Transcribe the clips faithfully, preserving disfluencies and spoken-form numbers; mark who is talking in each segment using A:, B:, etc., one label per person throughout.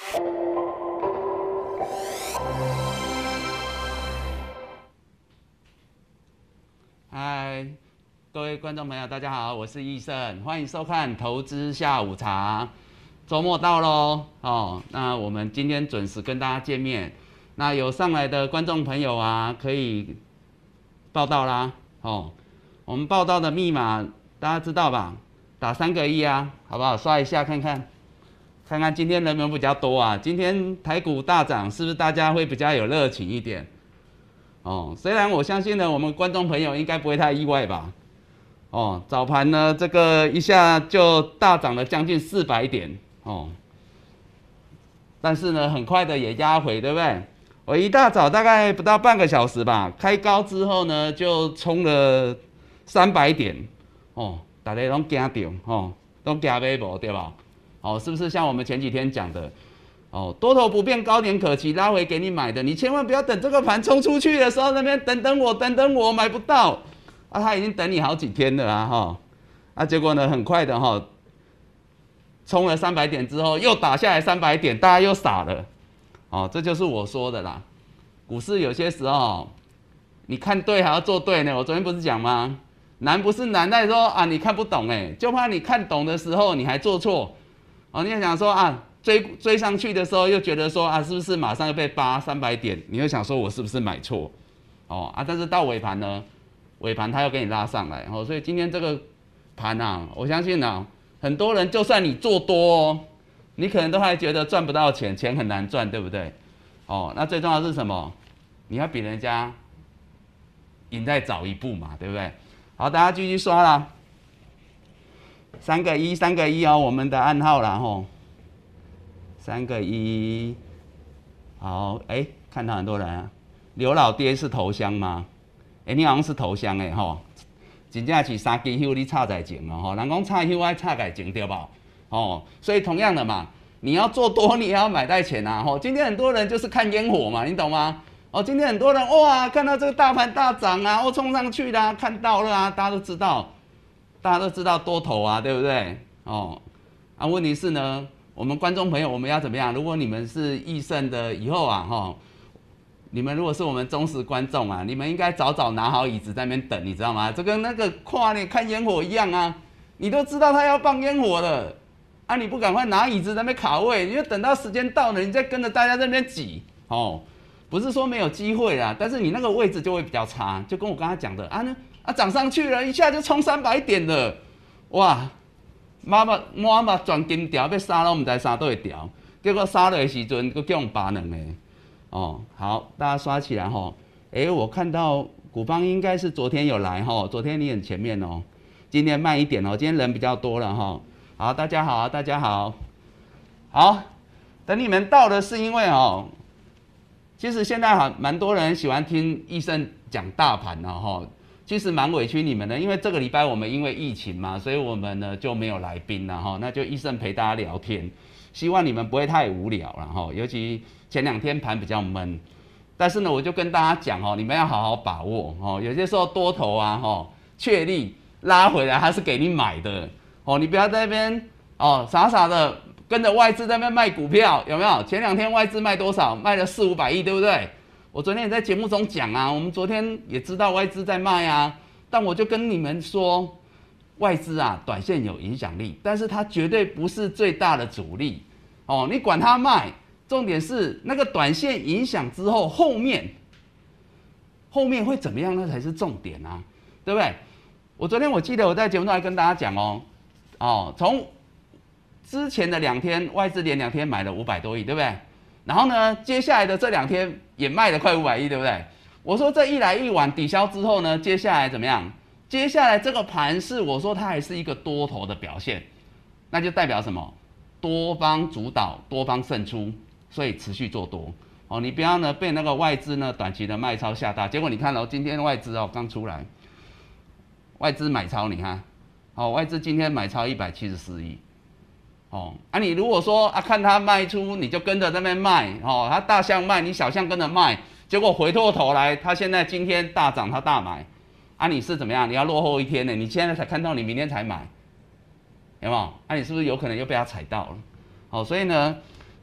A: 嗨，各位观众朋友，大家好，我是易胜，欢迎收看投资下午茶。周末到喽，哦，那我们今天准时跟大家见面。那有上来的观众朋友啊，可以报到啦，哦，我们报到的密码大家知道吧？打三个一啊，好不好？刷一下看看，看看今天人们比较多啊。今天台股大涨，是不是大家会比较有热情一点？哦，虽然我相信呢，我们观众朋友应该不会太意外吧。哦，早盘呢，这个一下就大涨了将近四百点哦，但是呢，很快的也压回，对不对？我一大早大概不到半个小时吧，开高之后呢，就冲了三百点哦，大家都惊到哦，都惊买无对吧？哦，是不是像我们前几天讲的？哦，多头不变，高点可期，拉回给你买的，你千万不要等这个盘冲出去的时候，那边等等我，等等我，买不到啊！他已经等你好几天了啊，哈，啊，结果呢，很快的哈，冲了三百点之后，又打下来三百点，大家又傻了，哦，这就是我说的啦。股市有些时候，你看对还要做对呢。我昨天不是讲吗？难不是难在说啊，你看不懂哎，就怕你看懂的时候你还做错，哦，你也想说啊。追追上去的时候，又觉得说啊，是不是马上又被扒三百点？你会想说，我是不是买错？哦啊，但是到尾盘呢，尾盘它又给你拉上来，哦，所以今天这个盘啊，我相信啊，很多人就算你做多哦，你可能都还觉得赚不到钱，钱很难赚，对不对？哦，那最重要的是什么？你要比人家赢再早一步嘛，对不对？好，大家继续刷啦，三个一，三个一哦，我们的暗号啦，吼。三个一，好，哎，看到很多人啊。刘老爹是头香吗？哎，你好像是头香哎吼，真正是三支香你插在前了吼，人讲插香爱插在前对吧？哦，所以同样的嘛，你要做多，你也要买在前啊吼。今天很多人就是看烟火嘛，你懂吗？哦，今天很多人哇，看到这个大盘大涨啊，哦冲上去啦，看到了啊，大家都知道，大家都知道多头啊，对不对？哦，啊，问题是呢？我们观众朋友，我们要怎么样？如果你们是易胜的，以后啊，哈，你们如果是我们忠实观众啊，你们应该早早拿好椅子在那边等，你知道吗？这跟那个跨年看烟火一样啊，你都知道他要放烟火了，啊，你不赶快拿椅子在那边卡位，你就等到时间到了，你再跟着大家在那边挤，哦，不是说没有机会啦，但是你那个位置就会比较差，就跟我刚才讲的啊，啊涨上去了，一下就冲三百点了，哇！妈妈满目全金条，要杀都唔知杀倒会条，结果杀的时阵，佫叫人拔两个。哦，好，大家刷起来吼。哎、欸，我看到古邦应该是昨天有来吼，昨天你很前面哦，今天慢一点哦，今天人比较多了哈。好，大家好，大家好，好，等你们到的是因为哦，其实现在好蛮多人喜欢听医生讲大盘的哈。其实蛮委屈你们的，因为这个礼拜我们因为疫情嘛，所以我们呢就没有来宾了哈，那就医生陪大家聊天，希望你们不会太无聊了哈。尤其前两天盘比较闷，但是呢我就跟大家讲哦，你们要好好把握哦。有些时候多头啊哈，确立拉回来它是给你买的哦，你不要在那边哦傻傻的跟着外资在那边卖股票，有没有？前两天外资卖多少？卖了四五百亿，对不对？我昨天也在节目中讲啊，我们昨天也知道外资在卖啊，但我就跟你们说，外资啊，短线有影响力，但是它绝对不是最大的主力哦。你管它卖，重点是那个短线影响之后，后面后面会怎么样，那才是重点啊，对不对？我昨天我记得我在节目中还跟大家讲哦，哦，从之前的两天外资连两天买了五百多亿，对不对？然后呢，接下来的这两天也卖了快五百亿，对不对？我说这一来一往抵消之后呢，接下来怎么样？接下来这个盘是我说它还是一个多头的表现，那就代表什么？多方主导，多方胜出，所以持续做多哦。你不要呢被那个外资呢短期的卖超吓大，结果你看哦，今天外资哦刚出来，外资买超，你看，哦，外资今天买超一百七十四亿。哦，啊，你如果说啊，看他卖出，你就跟着那边卖，哦，他大象卖，你小象跟着卖，结果回过头来，他现在今天大涨，他大买，啊，你是怎么样？你要落后一天呢？你现在才看到，你明天才买，有没有？啊，你是不是有可能又被他踩到了？哦，所以呢，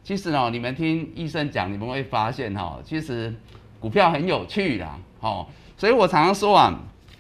A: 其实哦，你们听医生讲，你们会发现哈，其实股票很有趣啦，哦，所以我常常说啊，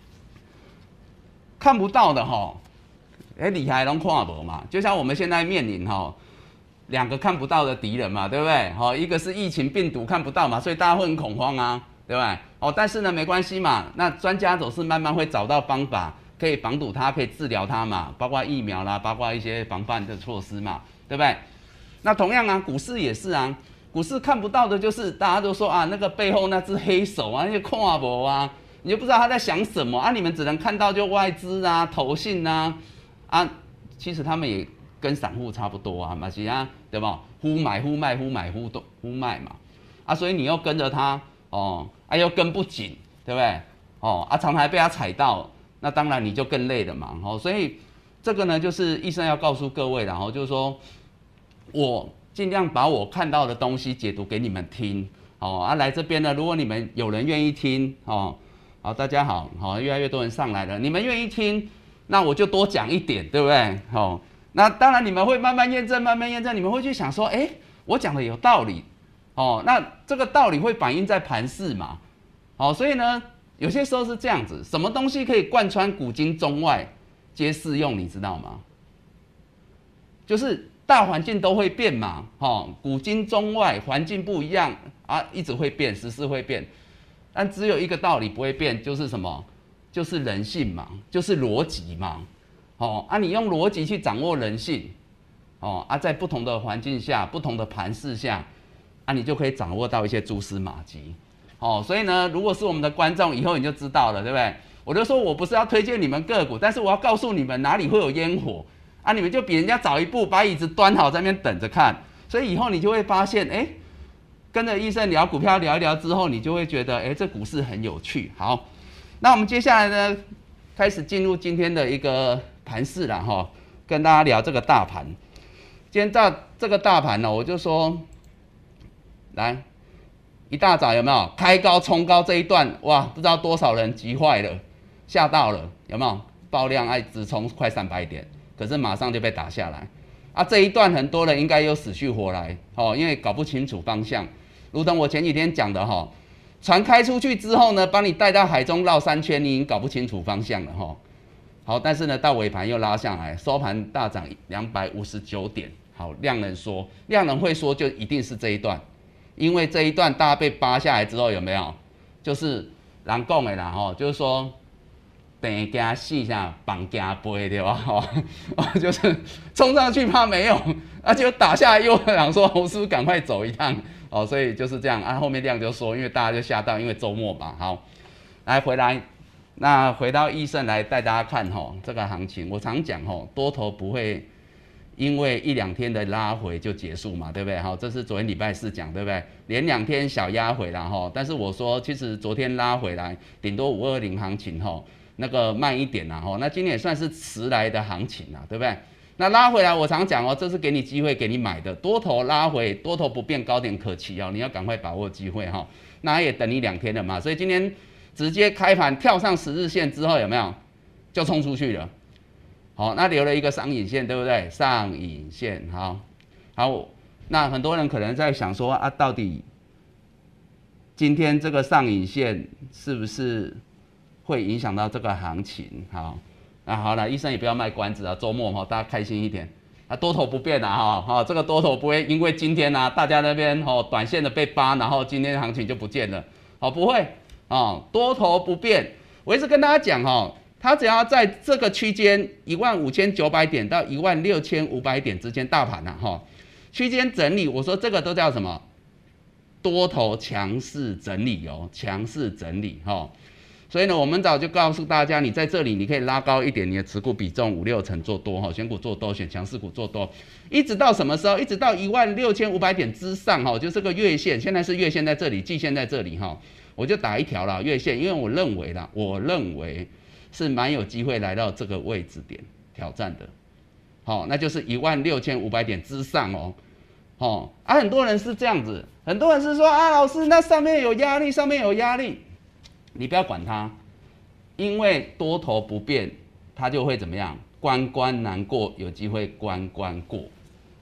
A: 看不到的哈，哎，厉害拢看无嘛，就像我们现在面临哈两个看不到的敌人嘛，对不对？好，一个是疫情病毒看不到嘛，所以大家会很恐慌啊，对不对？哦，但是呢，没关系嘛，那专家总是慢慢会找到方法，可以防堵它，可以治疗它嘛，包括疫苗啦，包括一些防范的措施嘛，对不对？那同样啊，股市也是啊，股市看不到的就是大家都说啊，那个背后那只黑手啊，那些看无啊，你就不知道他在想什么啊，你们只能看到就外资啊、投信啊，啊，其实他们也跟散户差不多啊，嘛是啊，对吧？忽买忽卖，忽买忽忽卖嘛，啊，所以你又跟着他哦，啊又跟不紧，对不对？哦，啊常常还被他踩到，那当然你就更累了嘛，哦，所以这个呢，就是医生要告诉各位，然后就是说。我尽量把我看到的东西解读给你们听，哦啊，来这边呢，如果你们有人愿意听，哦，好，大家好，好，越来越多人上来了，你们愿意听，那我就多讲一点，对不对？哦，那当然你们会慢慢验证，慢慢验证，你们会去想说，哎，我讲的有道理，哦，那这个道理会反映在盘势嘛，哦，所以呢，有些时候是这样子，什么东西可以贯穿古今中外皆适用，你知道吗？就是。大环境都会变嘛，哦，古今中外环境不一样啊，一直会变，时事会变，但只有一个道理不会变，就是什么？就是人性嘛，就是逻辑嘛，哦，啊，你用逻辑去掌握人性，哦，啊，在不同的环境下、不同的盘势下，啊，你就可以掌握到一些蛛丝马迹，哦，所以呢，如果是我们的观众，以后你就知道了，对不对？我就说我不是要推荐你们个股，但是我要告诉你们哪里会有烟火。啊，你们就比人家早一步，把椅子端好，在那边等着看。所以以后你就会发现，哎，跟着医生聊股票聊一聊之后，你就会觉得，哎，这股市很有趣。好，那我们接下来呢，开始进入今天的一个盘势了哈，跟大家聊这个大盘。今天到这个大盘呢，我就说，来，一大早有没有开高冲高这一段？哇，不知道多少人急坏了，吓到了，有没有？爆量爱直冲快三百点。可是马上就被打下来，啊，这一段很多人应该又死去活来，哦，因为搞不清楚方向，如同我前几天讲的哈，船开出去之后呢，把你带到海中绕三圈，你已经搞不清楚方向了哈。好，但是呢，到尾盘又拉上来，收盘大涨两百五十九点。好，量能说，量能会说就一定是这一段，因为这一段大家被扒下来之后有没有？就是人讲的啦，吼，就是说。等加细下绑加背对吧？哦，就是冲上去怕没用，而且打下来又想说，我是不是赶快走一趟？哦，所以就是这样啊。后面量就说，因为大家就吓到，因为周末吧。好，来回来，那回到医生来带大家看哈、哦，这个行情，我常讲哈、哦，多头不会因为一两天的拉回就结束嘛，对不对？好，这是昨天礼拜四讲，对不对？连两天小压回啦哈，但是我说其实昨天拉回来，顶多五二零行情哈。那个慢一点啦，吼，那今天也算是迟来的行情啦，对不对？那拉回来，我常讲哦，这是给你机会，给你买的。多头拉回，多头不变，高点可期哦，你要赶快把握机会哈。那也等你两天了嘛，所以今天直接开盘跳上十日线之后，有没有就冲出去了？好，那留了一个上影线，对不对？上影线，好，好，那很多人可能在想说啊，到底今天这个上影线是不是？会影响到这个行情，好，那好了，医生也不要卖关子啊，周末哈，大家开心一点，啊，多头不变啊，哈，哈，这个多头不会因为今天啊，大家那边哦短线的被扒，然后今天行情就不见了，好，不会，哦，多头不变，我一直跟大家讲哈，它只要在这个区间一万五千九百点到一万六千五百点之间，大盘啊，哈，区间整理，我说这个都叫什么？多头强势整理哦，强势整理哈。所以呢，我们早就告诉大家，你在这里你可以拉高一点你的持股比重，五六成做多哈，选股做多，选强势股做多，一直到什么时候？一直到一万六千五百点之上哈，就这个月线，现在是月线在这里，季线在这里哈，我就打一条啦，月线，因为我认为啦，我认为是蛮有机会来到这个位置点挑战的，好，那就是一万六千五百点之上哦，哦，啊，很多人是这样子，很多人是说啊，老师那上面有压力，上面有压力。你不要管它，因为多头不变，它就会怎么样？关关难过，有机会关关过。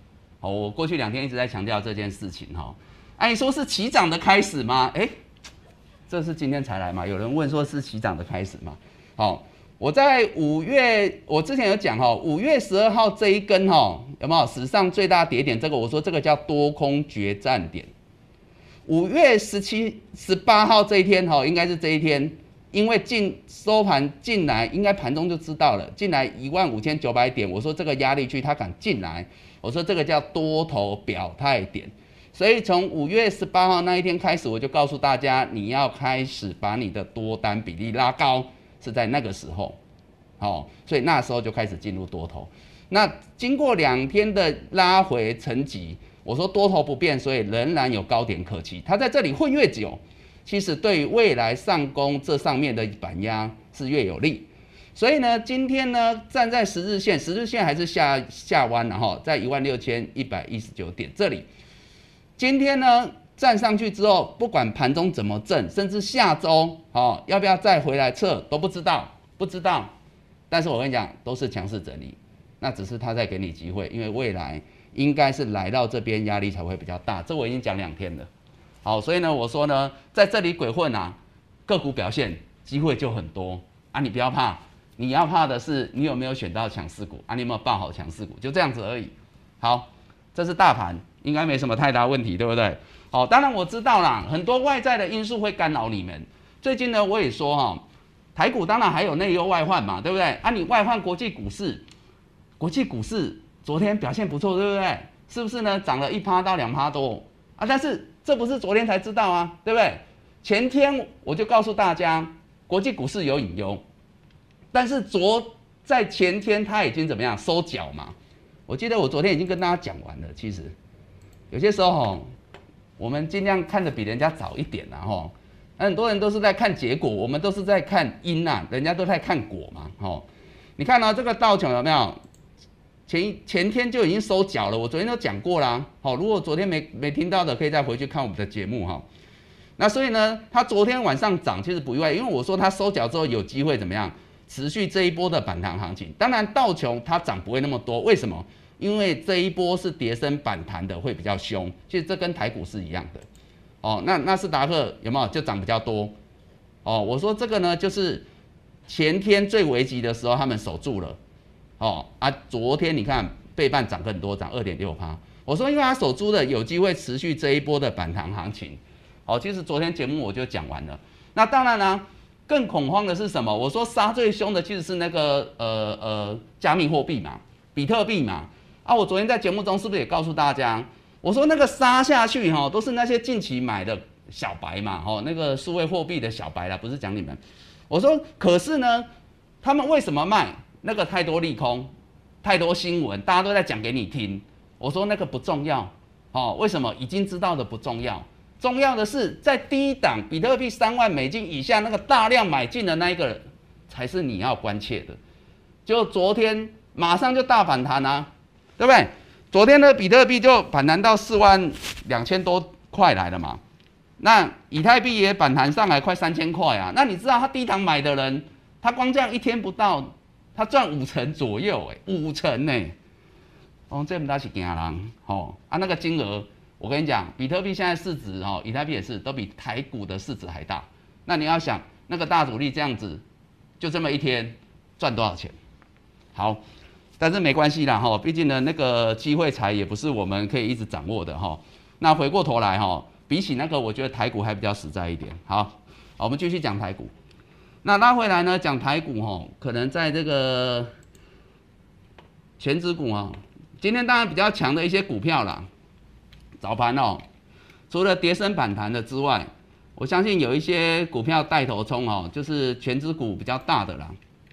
A: 好，我过去两天一直在强调这件事情哈。按、啊、你说是起涨的开始吗？哎、欸，这是今天才来嘛？有人问说是起涨的开始吗？好，我在五月，我之前有讲哈，五月十二号这一根哈，有没有史上最大跌点？这个我说这个叫多空决战点。五月十七、十八号这一天哈，应该是这一天，因为进收盘进来，应该盘中就知道了，进来一万五千九百点，我说这个压力区它敢进来，我说这个叫多头表态点。所以从五月十八号那一天开始，我就告诉大家，你要开始把你的多单比例拉高，是在那个时候，好，所以那时候就开始进入多头。那经过两天的拉回沉寂，我说多头不变，所以仍然有高点可期。它在这里混越久，其实对于未来上攻这上面的板压是越有利。所以呢，今天呢站在十日线，十日线还是下下弯，然后在一万六千一百一十九点这里。今天呢站上去之后，不管盘中怎么震，甚至下周哦要不要再回来测都不知道，不知道。但是我跟你讲，都是强势整理，那只是他在给你机会，因为未来应该是来到这边压力才会比较大。这我已经讲两天了。好，所以呢，我说呢，在这里鬼混啊，个股表现机会就很多啊，你不要怕，你要怕的是你有没有选到强势股啊，你有没有抱好强势股，就这样子而已。好，这是大盘。应该没什么太大问题，对不对？好，当然我知道啦，很多外在的因素会干扰你们。最近呢，我也说哈，台股当然还有内忧外患嘛，对不对？啊，你外患国际股市，国际股市昨天表现不错，对不对？是不是呢？涨了一趴到两趴多啊？但是这不是昨天才知道啊，对不对？前天我就告诉大家，国际股市有隐忧，但是昨在前天它已经怎么样收脚嘛？我记得我昨天已经跟大家讲完了，其实。有些时候吼，我们尽量看得比人家早一点啦吼。很多人都是在看结果，我们都是在看因啊，人家都在看果嘛吼。你看呢、这个道琼有没有？前前天就已经收脚了，我昨天都讲过啦。好，如果昨天没没听到的，可以再回去看我们的节目哈。那所以呢，它昨天晚上涨其实不意外，因为我说它收脚之后有机会怎么样持续这一波的反弹行情。当然道琼它涨不会那么多，为什么？因为这一波是跌升反弹的，会比较凶。其实这跟台股是一样的，哦。那纳斯达克有没有就涨比较多？哦，我说这个呢，就是前天最危急的时候他们守住了，哦啊，昨天你看倍半涨更多，涨 二点六趴。我说因为它守住了，有机会持续这一波的反弹行情。哦，其实昨天节目我就讲完了。那当然啦、啊，更恐慌的是什么？我说杀最凶的其实是那个呃呃加密货币嘛，比特币嘛。啊，我昨天在节目中是不是也告诉大家，我说那个杀下去哈，都是那些近期买的小白嘛，哈，那个数位货币的小白啦，不是讲你们。我说，可是呢，他们为什么卖？那个太多利空，太多新闻，大家都在讲给你听。我说那个不重要，哦，为什么？已经知道的不重要，重要的是在低档比特币三万美金以下那个大量买进的那一个，才是你要关切的。就昨天马上就大反弹啊！对不对？昨天的比特币就反弹到四万两千多块来了嘛，那以太币也反弹上来快三千块啊。那你知道他低档买的人，他光这样一天不到，他赚五成左右、欸，哎，五成呢、欸。哦，这不大是惊人，哦啊，那个金额，我跟你讲，比特币现在市值哦，以太币也是都比台股的市值还大。那你要想，那个大主力这样子，就这么一天赚多少钱？好。但是没关系啦哈，毕竟呢那个机会财也不是我们可以一直掌握的哈。那回过头来哈，比起那个，我觉得台股还比较实在一点。好，好，我们继续讲台股。那拉回来呢，讲台股哈，可能在这个全指股啊，今天当然比较强的一些股票啦，早盘哦，除了跌升反弹的之外，我相信有一些股票带头冲哦，就是全指股比较大的啦。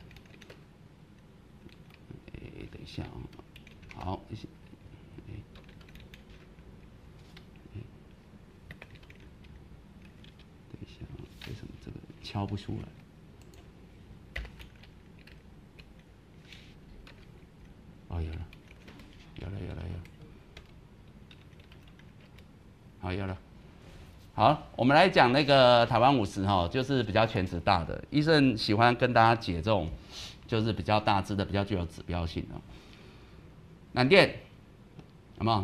A: 好，等一下，为什么这个敲不出来？哦，有了，有了，有了，有了。好，有了。好，我们来讲那个台湾五十哈，就是比较全值大的。医生喜欢跟大家解这种，就是比较大只的、比较具有指标性的。南电有没有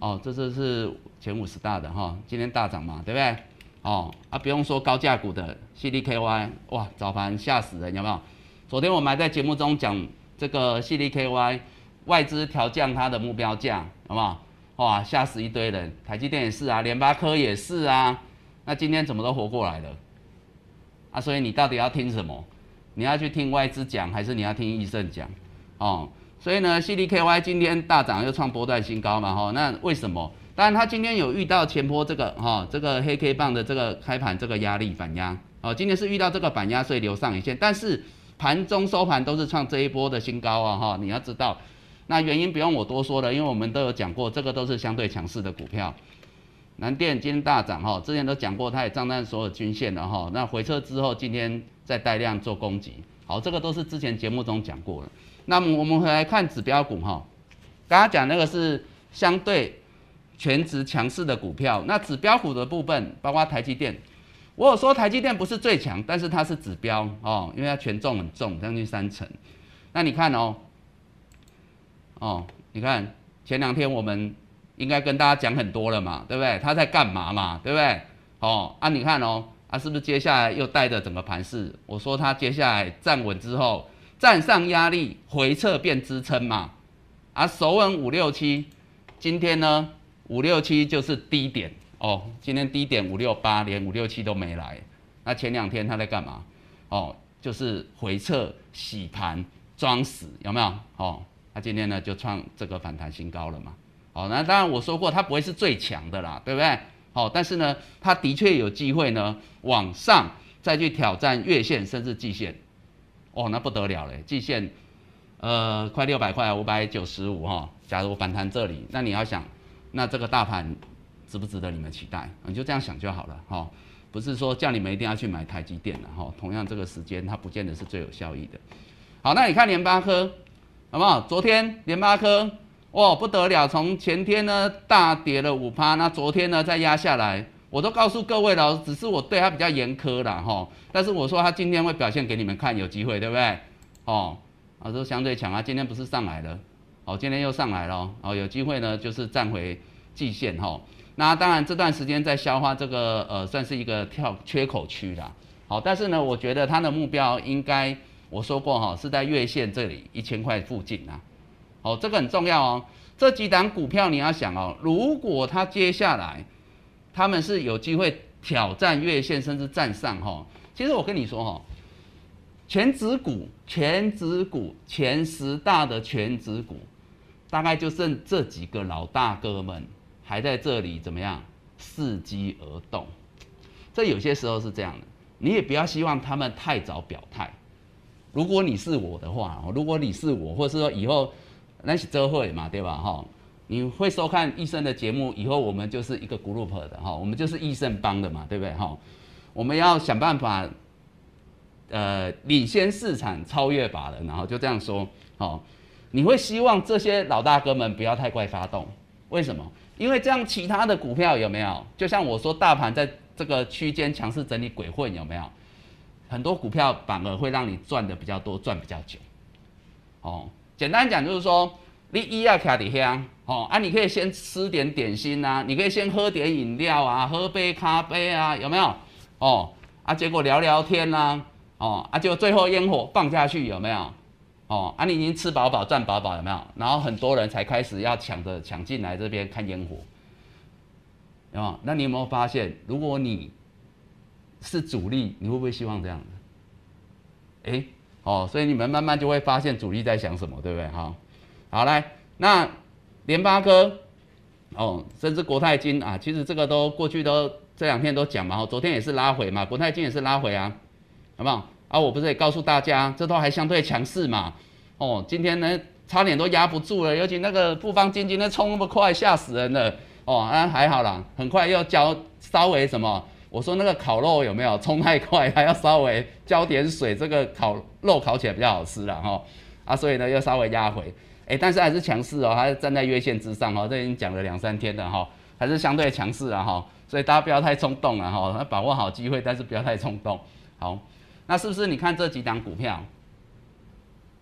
A: 哦，这这是前五十大的哈，今天大涨嘛，对不对？哦啊，不用说高价股的 C D K Y， 哇，早盘吓死人，有没有？昨天我们还在节目中讲这个 C D K Y， 外资调降它的目标价，好不好？哇，吓死一堆人，台积电也是啊，联发科也是啊，那今天怎么都活过来了？啊，所以你到底要听什么？你要去听外资讲，还是你要听易胜讲？哦。所以呢 ，C D K Y 今天大涨又创波段新高嘛，哈，那为什么？当然，它今天有遇到前波这个哈这个黑 K 棒的这个开盘这个压力反压，哦，今天是遇到这个反压，所以留上影线，但是盘中收盘都是创这一波的新高啊，哈，你要知道，那原因不用我多说了，因为我们都有讲过，这个都是相对强势的股票。南电今天大涨哈，之前都讲过，它也站在所有均线了哈，那回撤之后，今天再带量做攻击，好，这个都是之前节目中讲过了。那么我们回来看指标股哈，刚刚讲那个是相对全值强势的股票，那指标股的部分包括台积电，我有说台积电不是最强，但是它是指标哦，因为它权重很重，将近三成。那你看哦，哦，你看前两天我们应该跟大家讲很多了嘛，对不对？它在干嘛嘛，对不对？哦，啊，你看哦，啊，是不是接下来又带着整个盘势？我说它接下来站稳之后。站上压力，回撤变支撑嘛，啊，守稳五六七，今天呢五六七就是低点哦，今天低点五六八，连五六七都没来。那前两天他在干嘛？哦，就是回撤洗盘装死，有没有？哦，那、啊、今天呢就创这个反弹新高了嘛。哦，那当然我说过它不会是最强的啦，对不对？哦，但是呢，它的确有机会呢往上再去挑战月线甚至季线。哦，那不得了嘞！季线，呃，快六百块，五百九十五哈。假如反弹这里，那你要想，那这个大盘值不值得你们期待？你就这样想就好了哈、哦。不是说叫你们一定要去买台积电了哈、哦。同样这个时间，它不见得是最有效益的。好，那你看联发科，好不好？昨天联发科，哇，不得了，从前天呢大跌了五趴，那昨天呢再压下来。我都告诉各位了，只是我对他比较严苛啦哈，但是我说他今天会表现给你们看，有机会对不对？哦，啊，都相对强啊，今天不是上来了，哦，今天又上来了，哦，有机会呢就是站回季线哈。那当然这段时间在消化这个呃算是一个跳缺口区啦，好，但是呢我觉得它的目标应该我说过哈是在月线这里一千块附近啊，哦，这个很重要哦。这几档股票你要想哦，如果它接下来他们是有机会挑战月线，甚至站上哈。其实我跟你说哈，全指股、全指股前十大的全指股，大概就剩这几个老大哥们还在这里怎么样伺机而动。这有些时候是这样的，你也不要希望他们太早表态。如果你是我的话，如果你是我，或是说以后那是周会嘛，对吧？哈。你会收看易胜的节目，以后我们就是一个 group 的哈，我们就是易胜帮的嘛，对不对哈？我们要想办法，呃，领先市场，超越法人，然后就这样说，哦，你会希望这些老大哥们不要太快发动，为什么？因为这样其他的股票有没有？就像我说，大盘在这个区间强势整理鬼混有没有？很多股票反而会让你赚的比较多，赚比较久，哦，简单讲就是说。你一要卡底下，哦啊，你可以先吃点点心啊，你可以先喝点饮料啊，喝杯咖啡啊，有没有？哦啊，结果聊聊天啦、啊，哦啊，结果最后烟火放下去有没有？哦啊，你已经吃饱饱赚饱饱有没有？然后很多人才开始要抢着抢进来这边看烟火，有没有？那你有没有发现，如果你是主力，你会不会希望这样的？哎，哦，所以你们慢慢就会发现主力在想什么，对不对？哈、哦。好来，那联发科哦，甚至国泰金啊，其实这个都过去都这两天都讲嘛，昨天也是拉回嘛，国泰金也是拉回啊，好不好？啊，我不是也告诉大家，这都还相对强势嘛，哦，今天呢差点都压不住了，尤其那个富邦金今天冲那么快，吓死人了，哦，啊还好啦，很快又浇稍微什么，我说那个烤肉有没有冲太快，还要稍微浇点水，这个烤肉烤起来比较好吃啦哈，啊，所以呢又稍微压回。哎，但是还是强势哦，还是站在月线之上哦，这已经讲了两三天了哈，还是相对强势啊哈，所以大家不要太冲动了哈，把握好机会，但是不要太冲动。好，那是不是你看这几档股票，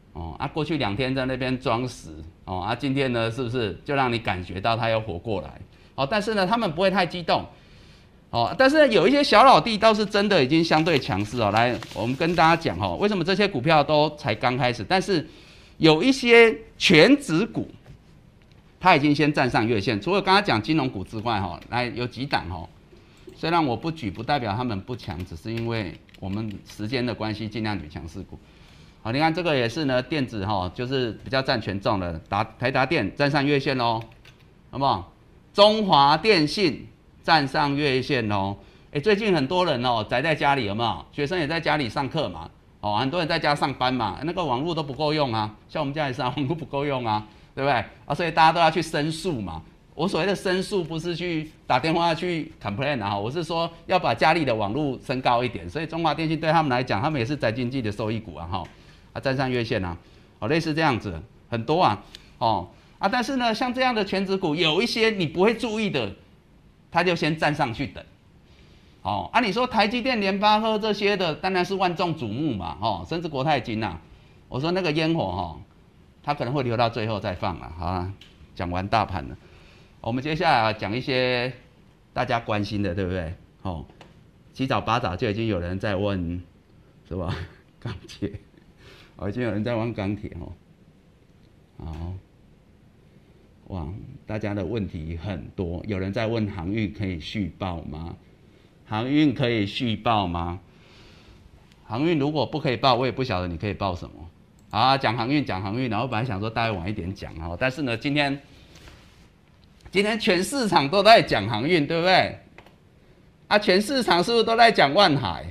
A: 哦啊，过去两天在那边装死哦啊，今天呢是不是就让你感觉到它要活过来？哦，但是呢，他们不会太激动。哦，但是呢，有一些小老弟倒是真的已经相对强势哦。来，我们跟大家讲哦，为什么这些股票都才刚开始，但是有一些全指股，它已经先站上月线。除了刚刚讲金融股之外，哈，来有几档哈，虽然我不举，不代表他们不强，只是因为我们时间的关系，尽量举强势股。好，你看这个也是呢，电子哈，就是比较占权重的，达台达电站上月线喽，好不好？中华电信站上月线哦，哎，最近很多人哦宅在家里有没有？学生也在家里上课嘛，哦，很多人在家上班嘛，那个网络都不够用啊，像我们家也是啊，网络不够用啊，对不对？啊，所以大家都要去申诉嘛。我所谓的申诉不是去打电话去 complain 啊，我是说要把家里的网络升高一点。所以中华电信对他们来讲，他们也是宅经济的受益股啊，哈，啊站上月线啊，哦，类似这样子很多啊，哦啊，但是呢，像这样的全指股，有一些你不会注意的。他就先站上去等，哦，啊，你说台积电、联发科这些的，当然是万众瞩目嘛，哦，甚至国泰金啊，我说那个烟火哈、哦，它可能会留到最后再放了，好啦，讲完大盘了，我们接下来讲一些大家关心的，对不对？哦，七早八早就已经有人在问，是吧？钢铁，哦，已经有人在问钢铁哦，好。哇，大家的问题很多，有人在问航运可以续报吗？航运可以续报吗？航运如果不可以报，我也不晓得你可以报什么。好啊，讲航运讲航运，然后本来想说大概晚一点讲哦，但是呢，今天今天全市场都在讲航运，对不对？啊，全市场是不是都在讲万海？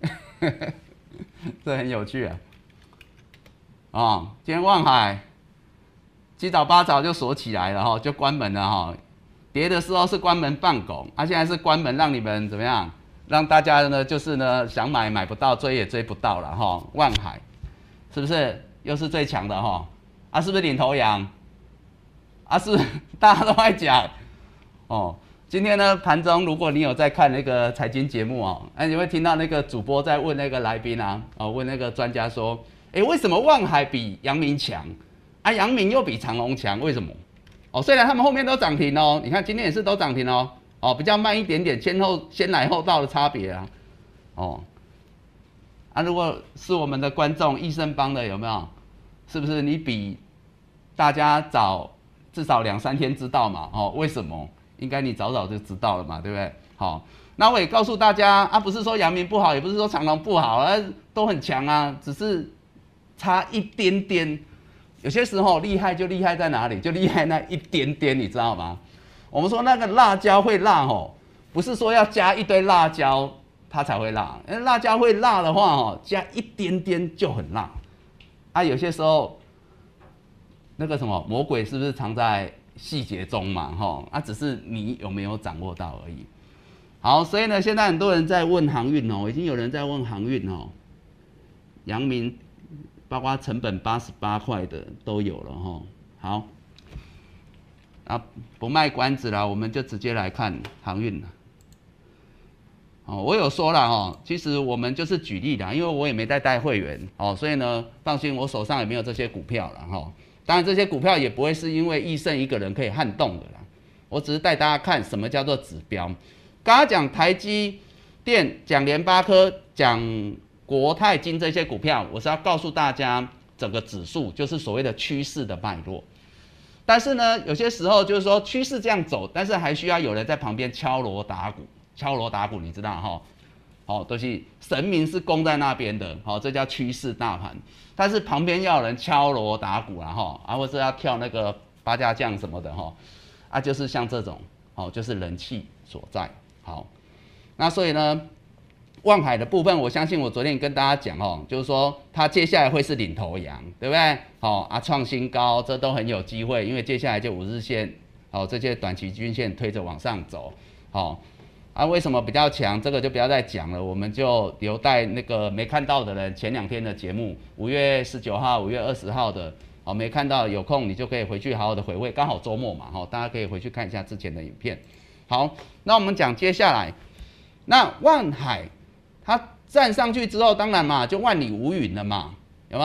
A: 这很有趣啊！哦，今天万海。七早八早就锁起来了哈，就关门了哈。跌的时候是关门放狗，啊，现在是关门让你们怎么样？让大家呢，就是呢想买买不到，追也追不到了哈。万海是不是又是最强的哈？啊，是不是领头羊？啊，是大家都在讲哦。今天呢盘中，如果你有在看那个财经节目哦，哎、啊，你会听到那个主播在问那个来宾啊，哦，问那个专家说，哎、欸，为什么万海比阳明强？啊，阳明又比长荣强，为什么？哦，虽然他们后面都涨停哦，你看今天也是都涨停哦，哦，比较慢一点点，先后先来后到的差别啊，哦，啊，如果是我们的观众益盛帮的有没有？是不是你比大家早至少两三天知道嘛？哦，为什么？应该你早早就知道了嘛，对不对？好、哦，那我也告诉大家啊，不是说阳明不好，也不是说长荣不好，啊，都很强啊，只是差一点点。有些时候厉害就厉害在哪里？就厉害那一点点，你知道吗？我们说那个辣椒会辣哦，不是说要加一堆辣椒它才会辣，因为辣椒会辣的话哦，加一点点就很辣。啊，有些时候那个什么魔鬼是不是藏在细节中嘛？哈，啊，只是你有没有掌握到而已。好，所以呢，现在很多人在问航运哦，已经有人在问航运哦，阳明。包括成本八十八块的都有了哈。好，啊，不卖关子了，我们就直接来看航运了。哦，我有说了哈，其实我们就是举例啦，因为我也没在带会员哦，所以呢，放心，我手上也没有这些股票了哈。当然，这些股票也不会是因为益盛一个人可以撼动的啦。我只是带大家看什么叫做指标。刚刚讲台积电，讲联发科，讲国泰金这些股票，我是要告诉大家整个指数就是所谓的趋势的脉络。但是呢，有些时候就是说趋势这样走，但是还需要有人在旁边敲锣打鼓。敲锣打鼓，你知道哈？好、哦，都、就是神明是供在那边的，好、哦，这叫趋势大盘。但是旁边要有人敲锣打鼓啦，哈，啊，或是要跳那个八家将什么的，哈，啊，就是像这种，好、哦，就是人气所在。好，那所以呢，万海的部分，我相信我昨天跟大家讲哦，就是说它接下来会是领头羊，对不对？好、哦、啊，创新高，这都很有机会，因为接下来就五日线，好、哦，这些短期均线推着往上走，好、哦。啊，为什么比较强？这个就不要再讲了，我们就留待那个没看到的人前两天的节目，五月十九号、五月二十号的，哦，没看到有空你就可以回去好好的回味，刚好周末嘛，哈、哦，大家可以回去看一下之前的影片。好，那我们讲接下来，那万海它站上去之后，当然嘛就万里无云了嘛，有没有？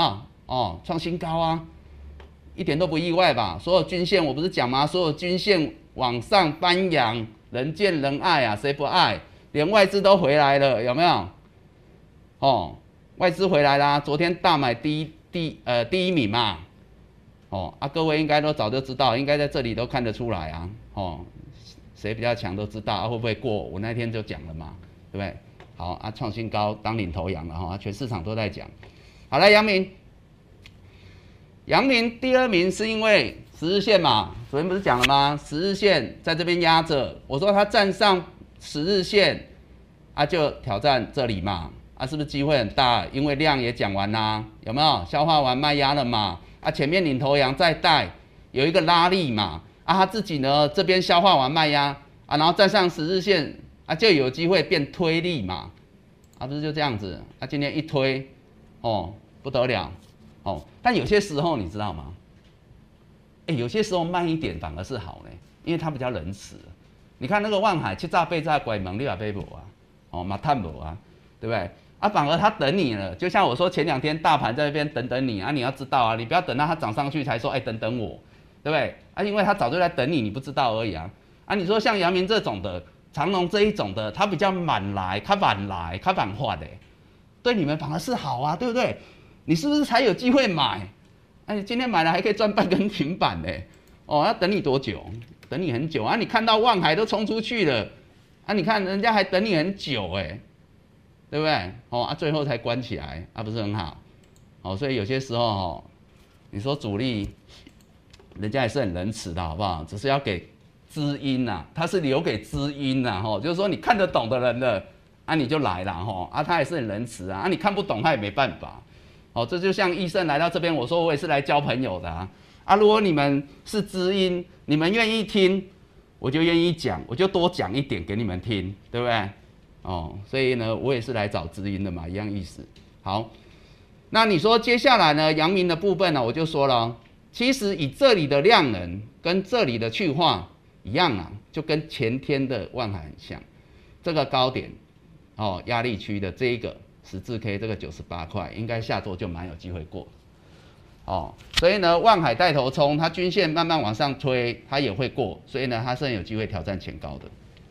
A: 哦，创新高啊，一点都不意外吧？所有均线我不是讲吗？所有均线往上翻扬，人见人爱啊，谁不爱？连外资都回来了，有没有？哦，外资回来啦，昨天大买第一第呃第一名嘛。哦啊，各位应该都早就知道，应该在这里都看得出来啊。哦，谁比较强都知道啊，会不会过？我那天就讲了嘛，对不对？好啊，创新高当领头羊了哈，全市场都在讲。好来，阳明，阳明第二名是因为十日线嘛，昨天不是讲了吗？十日线在这边压着，我说它站上十日线啊，就挑战这里嘛，啊，是不是机会很大？因为量也讲完啦，有没有消化完卖压了嘛？啊，前面领头羊再带有一个拉力嘛，啊，他自己呢这边消化完卖压啊，然后站上十日线啊，就有机会变推力嘛，啊，不是就这样子？啊，今天一推，哦，不得了，哦，但有些时候你知道吗？哎，有些时候慢一点反而是好呢，因为它比较仁慈。你看那个万海七炸八炸拐门，你也买不啊，哦，嘛探不啊，对不对？啊，反而他等你了，就像我说前两天大盘在那边等等你啊，你要知道啊，你不要等到它涨上去才说，哎、欸，等等我，对不对？啊，因为他早就在等你，你不知道而已啊。啊，你说像阳明这种的，长荣这一种的，它比较晚来，它晚来，它晚化的，对你们反而是好啊，对不对？你是不是才有机会买？哎、啊，你今天买了还可以赚半根停板呢，哦，要等你多久？等你很久啊！你看到万海都冲出去了，啊，你看人家还等你很久哎。对不对？哦啊，最后才关起来，啊，不是很好，哦，所以有些时候哦，你说主力，人家也是很仁慈的，好不好？只是要给知音呐、啊，他是留给知音呐、啊，吼、哦，就是说你看得懂的人的，啊，你就来了，吼、哦，啊，他也是很仁慈啊，啊，你看不懂他也没办法，哦，这就像医生来到这边，我说我也是来交朋友的啊，啊，如果你们是知音，你们愿意听，我就愿意讲，我就多讲一点给你们听，对不对？哦，所以呢，我也是来找知音的嘛，一样意思。好，那你说接下来呢，阳明的部分呢，我就说了，其实以这里的量能跟这里的去化一样啊，就跟前天的万海很像。这个高点，哦，压力区的这一个十字 K 这个九十八块，应该下周就蛮有机会过。哦，所以呢，万海带头冲，它均线慢慢往上推，它也会过，所以呢，它是很有机会挑战前高的。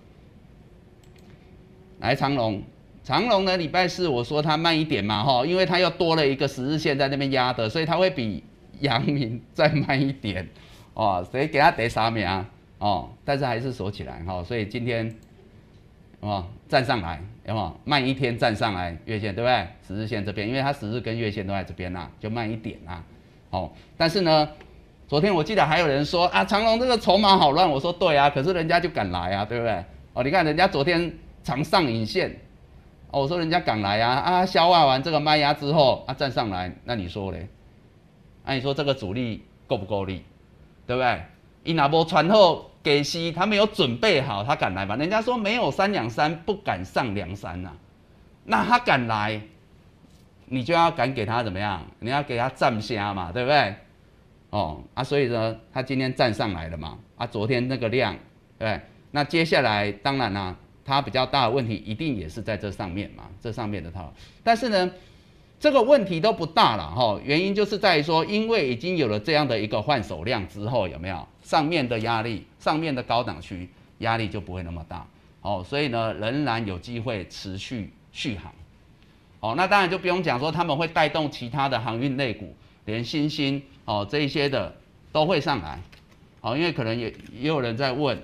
A: 来长荣，长荣呢，礼拜四我说它慢一点嘛，哈，因为它又多了一个十日线在那边压的，所以它会比阳明再慢一点，哦，所以给它第三名哦，但是还是锁起来哈，所以今天哦站上来，有没有慢一天站上来月线对不对？十日线这边，因为它十日跟月线都在这边啦、啊，就慢一点啦、啊，哦，但是呢，昨天我记得还有人说啊，长荣这个筹码好乱，我说对啊，可是人家就敢来啊，对不对？哦，你看人家昨天。长上影线，哦，我说人家敢来啊啊，消化完这个卖压之后啊站上来，那你说嘞？那、啊、你说这个主力够不够力？对不对？伊拿波传后给息，他没有准备好，他敢来吗？人家说没有三两三不敢上梁山呐、啊，那他敢来，你就要敢给他怎么样？你要给他站虾嘛，对不对？哦啊，所以呢，他今天站上来了嘛，啊，昨天那个量，对不对？那接下来当然啦、啊。它比较大的问题一定也是在这上面嘛，这上面的套。但是呢，这个问题都不大了哈，原因就是在于说，因为已经有了这样的一个换手量之后，有没有上面的压力，上面的高档区压力就不会那么大，哦，所以呢，仍然有机会持续续航。哦，那当然就不用讲说他们会带动其他的航运类股，连新兴哦这一些的都会上来，哦，因为可能也也有人在问。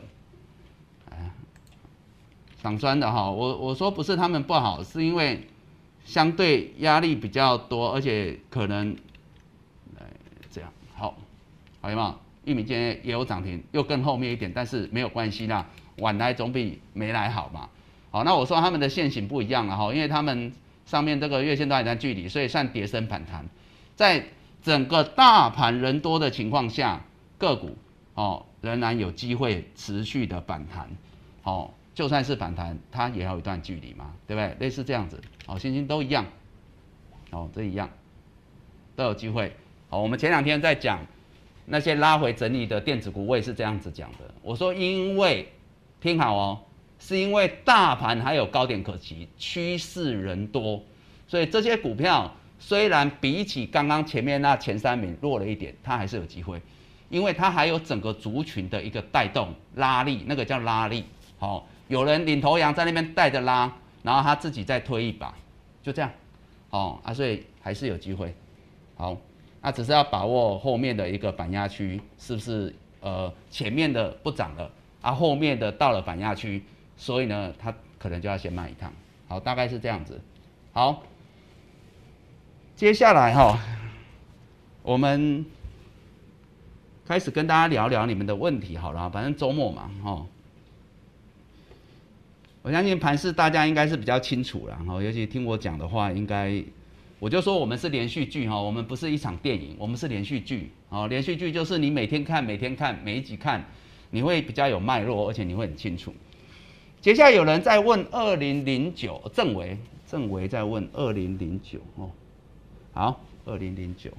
A: 港专的哈，我我说不是他们不好，是因为相对压力比较多，而且可能，来这样好，好有没有？玉米今天也有涨停，又更后面一点，但是没有关系啦，晚来总比没来好嘛。好，那我说他们的线型不一样了哈，因为他们上面这个月线都还在距离，所以算跌升反弹，在整个大盘人多的情况下，个股哦仍然有机会持续的反弹，哦。就算是反弹，它也要有一段距离嘛，对不对？类似这样子，好，星星都一样，哦，这一样，都有机会。好，我们前两天在讲那些拉回整理的电子股，我也是这样子讲的。我说，因为听好哦，是因为大盘还有高点可期，趋势人多，所以这些股票虽然比起刚刚前面那前三名弱了一点，它还是有机会，因为它还有整个族群的一个带动拉力，那个叫拉力。好、哦，有人领头羊在那边带着拉，然后他自己再推一把，就这样。哦啊，所以还是有机会。好，那只是要把握后面的一个反压区是不是呃前面的不涨了啊，后面的到了反压区，所以呢，它可能就要先卖一趟。好，大概是这样子。好，接下来哈、哦，我们开始跟大家聊聊你们的问题好了，反正周末嘛，哦。我相信盘势大家应该是比较清楚了，哈，尤其听我讲的话，应该我就说我们是连续剧哈，我们不是一场电影，我们是连续剧，哦，连续剧就是你每天看，每天看，每一集看，你会比较有脉络，而且你会很清楚。接下来有人在问二零零九，郑维，郑维在问二零零九哦，好，二零零九，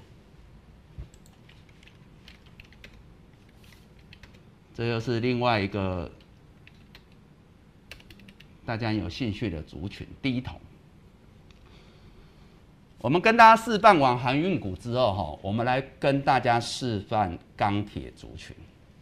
A: 这又是另外一个。大家有兴趣的族群，第一桶，我们跟大家示范完航运股之后，哈，我们来跟大家示范钢铁族群。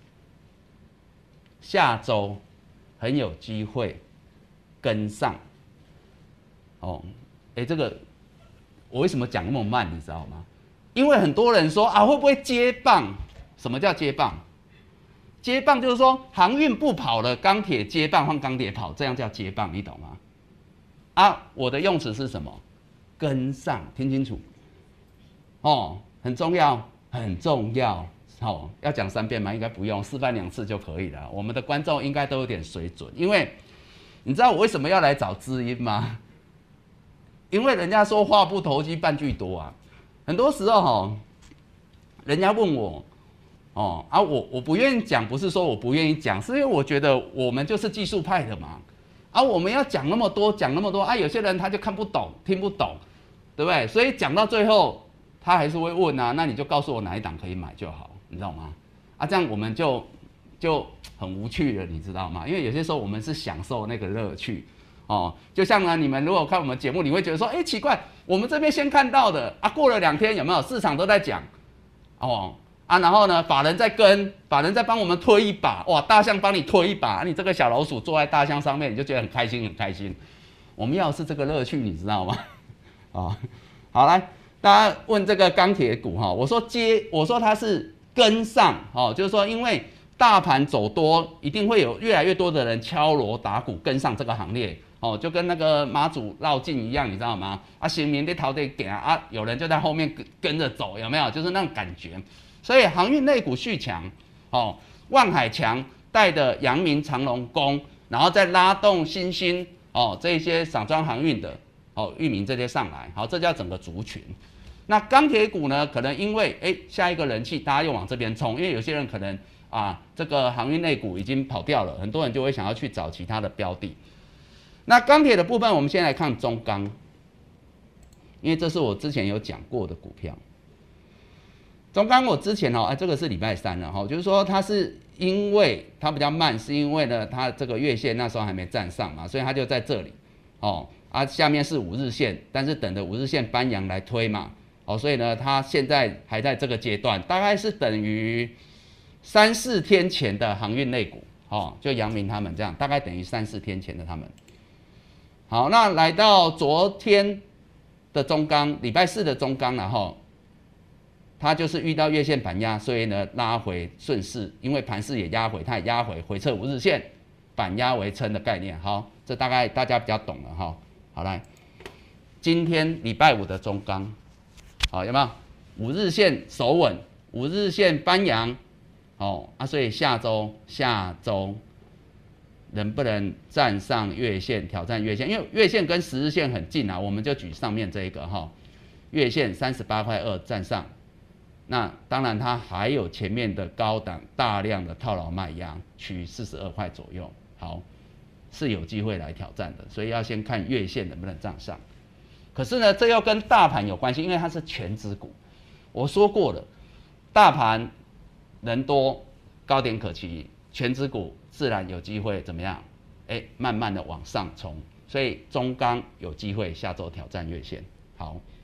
A: 下周很有机会跟上。哦，哎、欸，这个我为什么讲那么慢，你知道吗？因为很多人说啊，会不会接棒？什么叫接棒？接棒就是说航运不跑了，钢铁接棒换钢铁跑，这样叫接棒，你懂吗？啊，我的用词是什么？跟上，听清楚。哦，很重要，很重要。哦，要讲三遍吗？应该不用，示范两次就可以了。我们的观众应该都有点水准，因为你知道我为什么要来找知音吗？因为人家说话不投机半句多啊，很多时候哈，人家问我。哦啊，我我不愿意讲，不是说我不愿意讲，是因为我觉得我们就是技术派的嘛，啊，我们要讲那么多，讲那么多啊，有些人他就看不懂，听不懂，对不对？所以讲到最后，他还是会问啊，那你就告诉我哪一档可以买就好，你知道吗？啊，这样我们就就很无趣了，你知道吗？因为有些时候我们是享受那个乐趣，哦，就像呢，你们如果看我们节目，你会觉得说，哎，奇怪，我们这边先看到的啊，过了两天有没有市场都在讲，哦。啊，然后呢，法人在跟，法人在帮我们推一把，哇，大象帮你推一把，啊、你这个小老鼠坐在大象上面，你就觉得很开心，很开心。我们要的是这个乐趣，你知道吗？啊，好来，大家问这个钢铁股哈，我说接，我说它是跟上，哦，就是说因为大盘走多，一定会有越来越多的人敲锣打鼓跟上这个行列，哦，就跟那个妈祖绕境一样，你知道吗？啊，新民在逃得给啊，有人就在后面跟跟着走，有没有？就是那种感觉。所以航运类股续强，哦，万海强带的阳明、长荣、工，然后再拉动新兴哦这些散装航运的哦裕民这些上来，好，这叫整个族群。那钢铁股呢，可能因为哎下一个人气，大家又往这边冲，因为有些人可能啊这个航运类股已经跑掉了，很多人就会想要去找其他的标的。那钢铁的部分，我们先来看中钢，因为这是我之前有讲过的股票。中钢我之前哦，哎，这个是礼拜三了哈，就是说它是因为它比较慢，是因为呢它这个月线那时候还没站上嘛，所以它就在这里哦啊，下面是五日线，但是等着五日线搬阳来推嘛，哦，所以呢它现在还在这个阶段，大概是等于三四天前的航运类股哦，就阳明他们这样，大概等于三四天前的他们。好，那来到昨天的中钢，礼拜四的中钢然后。它就是遇到月线盘压，所以呢拉回顺势，因为盘势也压回，它也压回回撤五日线，反压为撑的概念。好，这大概大家比较懂了哈。好来，今天礼拜五的中钢，好有没有？五日线守稳，五日线翻阳，哦啊，所以下周下周能不能站上月线挑战月线？因为月线跟十日线很近啊，我们就举上面这一个哈，月线三十八块二站上。那当然，它还有前面的高档大量的套牢卖压区四十二块左右，好，是有机会来挑战的，所以要先看月线能不能站上。可是呢，这又跟大盘有关系，因为它是全指股。我说过了，大盘人多，高点可期，全指股自然有机会怎么样？哎，慢慢的往上冲，所以中钢有机会下周挑战月线。好。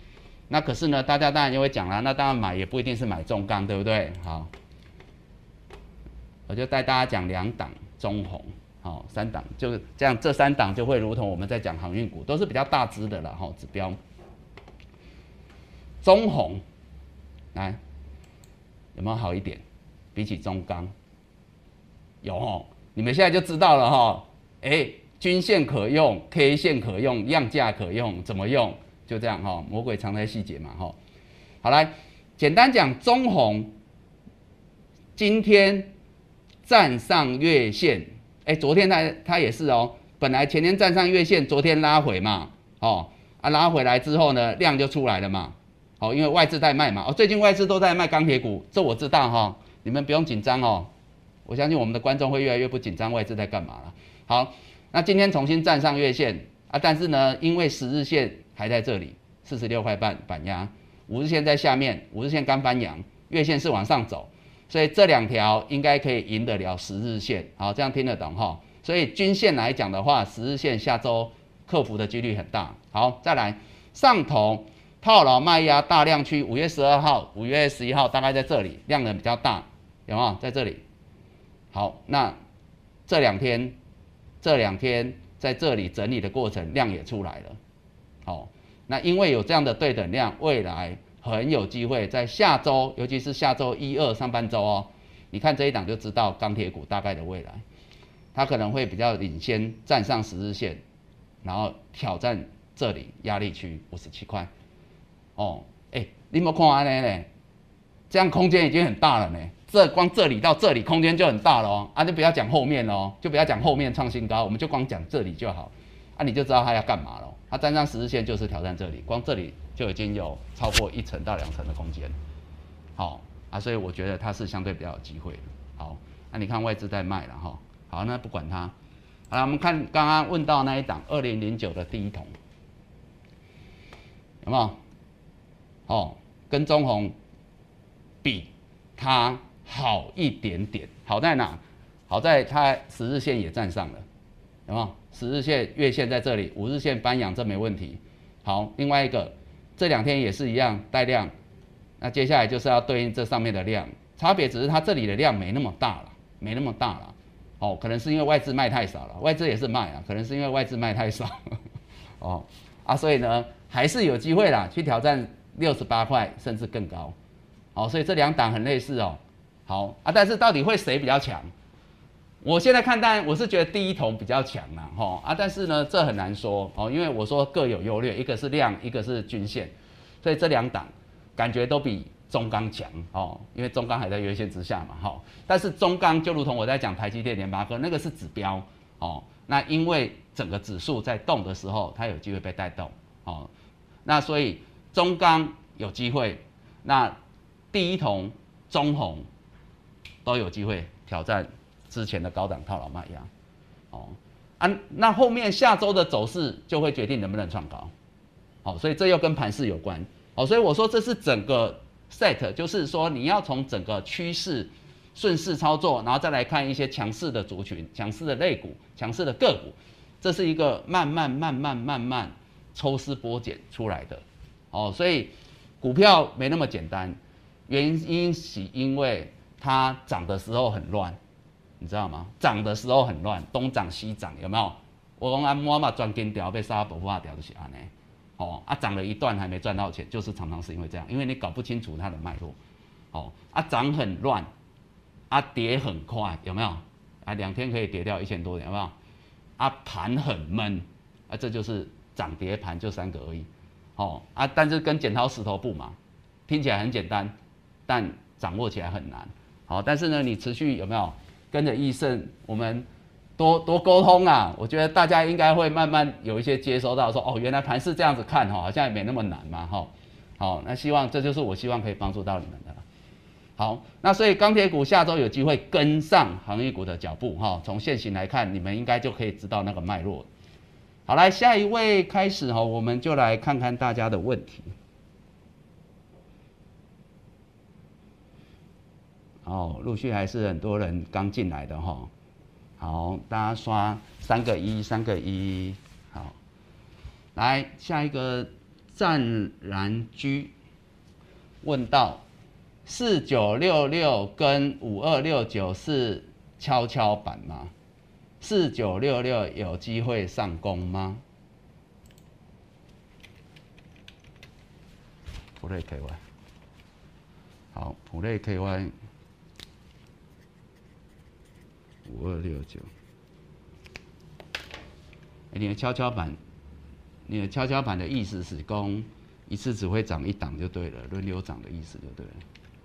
A: 那可是呢，大家当然就会讲啦，那当然买也不一定是买中钢，对不对？好，我就带大家讲两档中红，好，三档就这样，这三档就会如同我们在讲航运股，都是比较大只的啦，哈，指标。中红，来有没有好一点？比起中钢，有哦，你们现在就知道了哈，哎，均线可用 ，K 线可用，量价可用，怎么用？就这样哈，魔鬼藏在细节嘛哈。好来，简单讲，中红今天站上月线，哎，昨天它它也是哦，本来前天站上月线，昨天拉回嘛，哦啊拉回来之后呢，量就出来了嘛，哦，因为外资在卖嘛，哦，最近外资都在卖钢铁股，这我知道哈，你们不用紧张哦，我相信我们的观众会越来越不紧张，外资在干嘛了？好，那今天重新站上月线啊，但是呢，因为十日线还在这里，四十六块半板压，五日线在下面，五日线刚翻阳，月线是往上走，所以这两条应该可以赢得了十日线，好，这样听得懂哈？所以均线来讲的话，十日线下周克服的几率很大。好，再来上头套牢卖压大量区，五月十二号、五月十一号大概在这里，量能比较大，有没有在这里？好，那这两天这两天在这里整理的过程，量也出来了。好，那因为有这样的对等量，未来很有机会在下周，尤其是下周一二上半周哦，你看这一档就知道钢铁股大概的未来，它可能会比较领先，站上十日线，然后挑战这里压力区五十七块。哦，哎，你有没有看安尼呢？这样空间已经很大了呢。这光这里到这里空间就很大了哦，啊，就不要讲后面哦，就不要讲后面创新高，我们就光讲这里就好，啊，你就知道它要干嘛了。它站上十日线就是挑战这里，光这里就已经有超过一层到两层的空间，好啊，所以我觉得它是相对比较有机会的。好，那、啊、你看外资在卖了哈，好，那不管它，好了，我们看刚刚问到那一档二零零九的第一桶，有没有？哦，跟中红比，它好一点点，好在哪？好在它十日线也站上了，有没有？十日线、月线在这里，五日线翻阳，这没问题。好，另外一个这两天也是一样带量，那接下来就是要对应这上面的量，差别只是它这里的量没那么大了，没那么大了。哦，可能是因为外资卖太少了，外资也是卖啊，可能是因为外资卖太少，哦啊，所以呢还是有机会啦，去挑战六十八块甚至更高。好，所以这两档很类似哦。好啊，但是到底会谁比较强？我现在看，当然我是觉得第一桶比较强啦，哈啊，但是呢，这很难说哦，因为我说各有优劣，一个是量，一个是均线，所以这两档感觉都比中钢强哦，因为中钢还在月线之下嘛，哈。但是中钢就如同我在讲台积电、联发科，那个是指标哦，那因为整个指数在动的时候，它有机会被带动哦，那所以中钢有机会，那第一桶、中红都有机会挑战之前的高档套牢卖压，哦啊，那后面下周的走势就会决定能不能创高，好、哦，所以这又跟盘势有关，好、哦，所以我说这是整个 set， 就是说你要从整个趋势顺势操作，然后再来看一些强势的族群、强势的类股、强势的个股，这是一个慢慢慢慢慢慢抽丝剥茧出来的，哦，所以股票没那么简单，原因是因为它涨的时候很乱。你知道吗？涨的时候很乱，东涨西涨，有没有？我讲按摩嘛赚金条被杀不化掉就是安尼，哦啊涨了一段还没赚到钱，就是常常是因为这样，因为你搞不清楚它的脉络，哦啊涨很乱，啊跌很快，有没有？啊两天可以跌掉一千多点，有没有？啊盘很闷，啊这就是涨跌盘就三个而已，哦啊但是跟剪刀石头布嘛，听起来很简单，但掌握起来很难，好，但是呢你持续有没有？跟着益盛，我们多多沟通啊，我觉得大家应该会慢慢有一些接收到说，哦，原来盘是这样子看哈，好像也没那么难嘛哈。好，那希望这就是我希望可以帮助到你们的。好，那所以钢铁股下周有机会跟上航运股的脚步哈，从现行来看，你们应该就可以知道那个脉络。好，来下一位开始哈，我们就来看看大家的问题。哦，陆续还是很多人刚进来的哈。好，大家刷三个一，三个一。好，来下一个湛然居问到四九六六跟五二六九是跷跷板吗？四九六六有机会上攻吗？普瑞 K Y， 好，普瑞 K Y 五二六九，你的跷跷板，你的跷跷板的意思是攻一次只会涨一档就对了，轮流涨的意思就对了。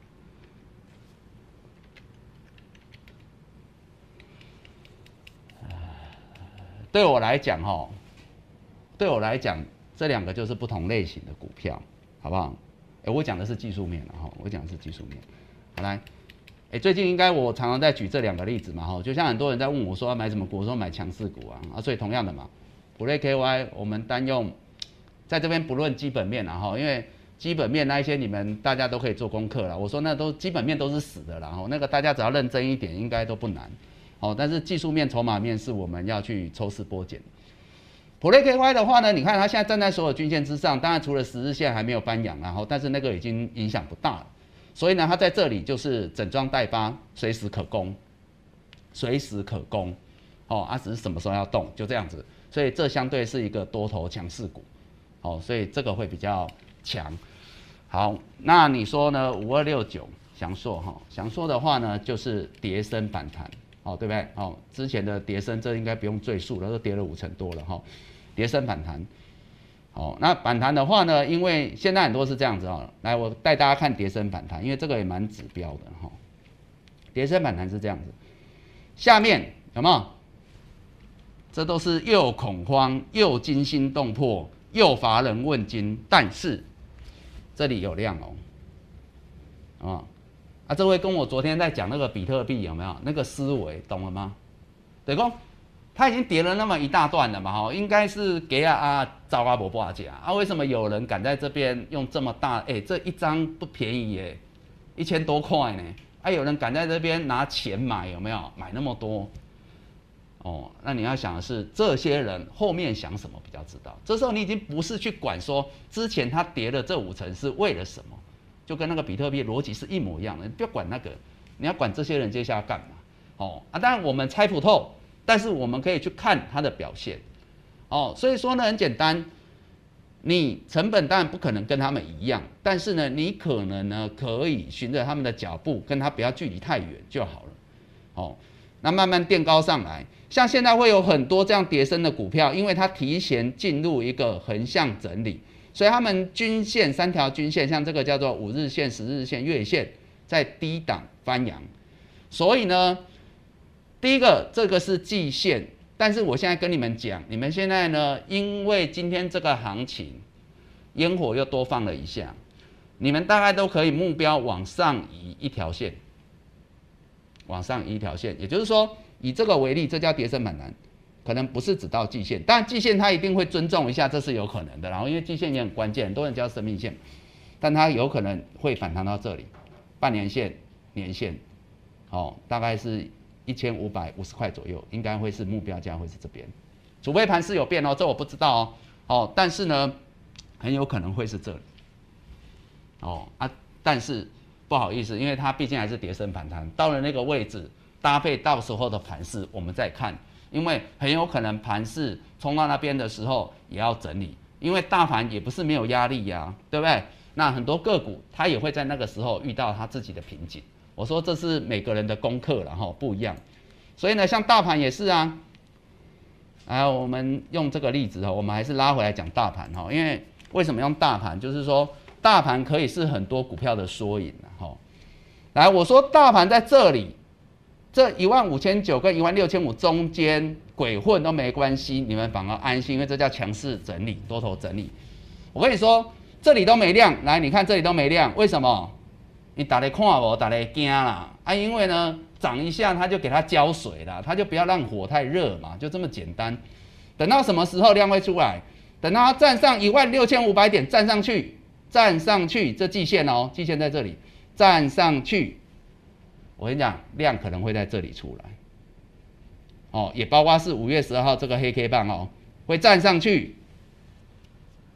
A: 对我来讲，哈，对我来讲，这两个就是不同类型的股票，好不好？哎，我讲的是技术面了哈，我讲的是技术面。好来，哎，最近应该我常常在举这两个例子嘛哈，就像很多人在问我说要买什么股，我说买强势股啊，啊，所以同样的嘛，普瑞 K Y 我们单用，在这边不论基本面啦哈，因为基本面那一些你们大家都可以做功课啦，我说那都基本面都是死的啦，哈，那个大家只要认真一点，应该都不难。哦，但是技术面、筹码面是我们要去抽丝剥茧。普瑞 K Y 的话呢，你看它现在站在所有均线之上，当然除了十日线还没有翻阳，然后但是那个已经影响不大了。所以呢，它在这里就是整装待发，随时可攻，随时可攻。哦，啊，只是什么时候要动，就这样子。所以这相对是一个多头强势股。哦，所以这个会比较强。好，那你说呢？五二六九祥硕哈，祥硕的话呢，就是跌升反弹。哦，对不对？哦，之前的跌升这应该不用赘述了，都跌了五成多了哈。跌升反弹，哦，那反弹的话呢，因为现在很多是这样子哦。来，我带大家看跌升反弹，因为这个也蛮指标的哈。跌升反弹是这样子，下面有没有？这都是又恐慌又惊心动魄又乏人问津，但是这里有量哦，啊。啊，这位跟我昨天在讲那个比特币有没有那个思维，懂了吗？对公，它已经跌了那么一大段了嘛，哈，应该是给啊啊糟啊不报价啊，为什么有人敢在这边用这么大？哎、欸，这一张不便宜耶，一千多块呢，啊，有人敢在这边拿钱买，有没有？买那么多？哦，那你要想的是，这些人后面想什么比较知道。这时候你已经不是去管说之前它跌了这五成是为了什么。就跟那个比特币逻辑是一模一样的，你不要管那个，你要管这些人接下来干嘛？哦啊，当然我们猜不透，但是我们可以去看它的表现，哦，所以说呢很简单，你成本当然不可能跟他们一样，但是呢，你可能呢可以循着他们的脚步，跟他不要距离太远就好了，哦，那慢慢垫高上来，像现在会有很多这样跌升的股票，因为它提前进入一个横向整理。所以他们均线三条均线，像这个叫做五日线、十日线、月线，在低档翻扬。所以呢，第一个这个是季线，但是我现在跟你们讲，你们现在呢，因为今天这个行情烟火又多放了一下，你们大概都可以目标往上移一条线，往上移一条线，也就是说，以这个为例，这叫跌升反弹。可能不是只到季线，当然季线它一定会尊重一下，这是有可能的。然后因为季线也很关键，很多人叫生命线，但它有可能会反弹到这里，半年线、年线，哦，大概是一千五百五十块左右，应该会是目标价会是这边，除非盘势有变哦，这我不知道哦，哦，但是呢，很有可能会是这里，哦啊，但是不好意思，因为它毕竟还是跌升反弹，到了那个位置，搭配到时候的盘势，我们再看。因为很有可能盘势冲到那边的时候也要整理，因为大盘也不是没有压力呀、啊，对不对？那很多个股它也会在那个时候遇到它自己的瓶颈。我说这是每个人的功课了哈，不一样。所以呢，像大盘也是啊。啊，我们用这个例子哈，我们还是拉回来讲大盘哈，因为为什么用大盘？就是说大盘可以是很多股票的缩影哈。来，我说大盘在这里。这一万五千九跟一万六千五中间鬼混都没关系，你们反而安心，因为这叫强势整理、多头整理。我跟你说，这里都没量，来，你看这里都没量，为什么？你打来看我，打来惊啦啊！因为呢，涨一下它就给它浇水啦，它就不要让火太热嘛，就这么简单。等到什么时候量会出来？等到它站上一万六千五百点，站上去，站上去，这季线哦，季线在这里，站上去。我跟你讲，量可能会在这里出来，哦，也包括是五月十二号这个黑 K 棒哦，会站上去，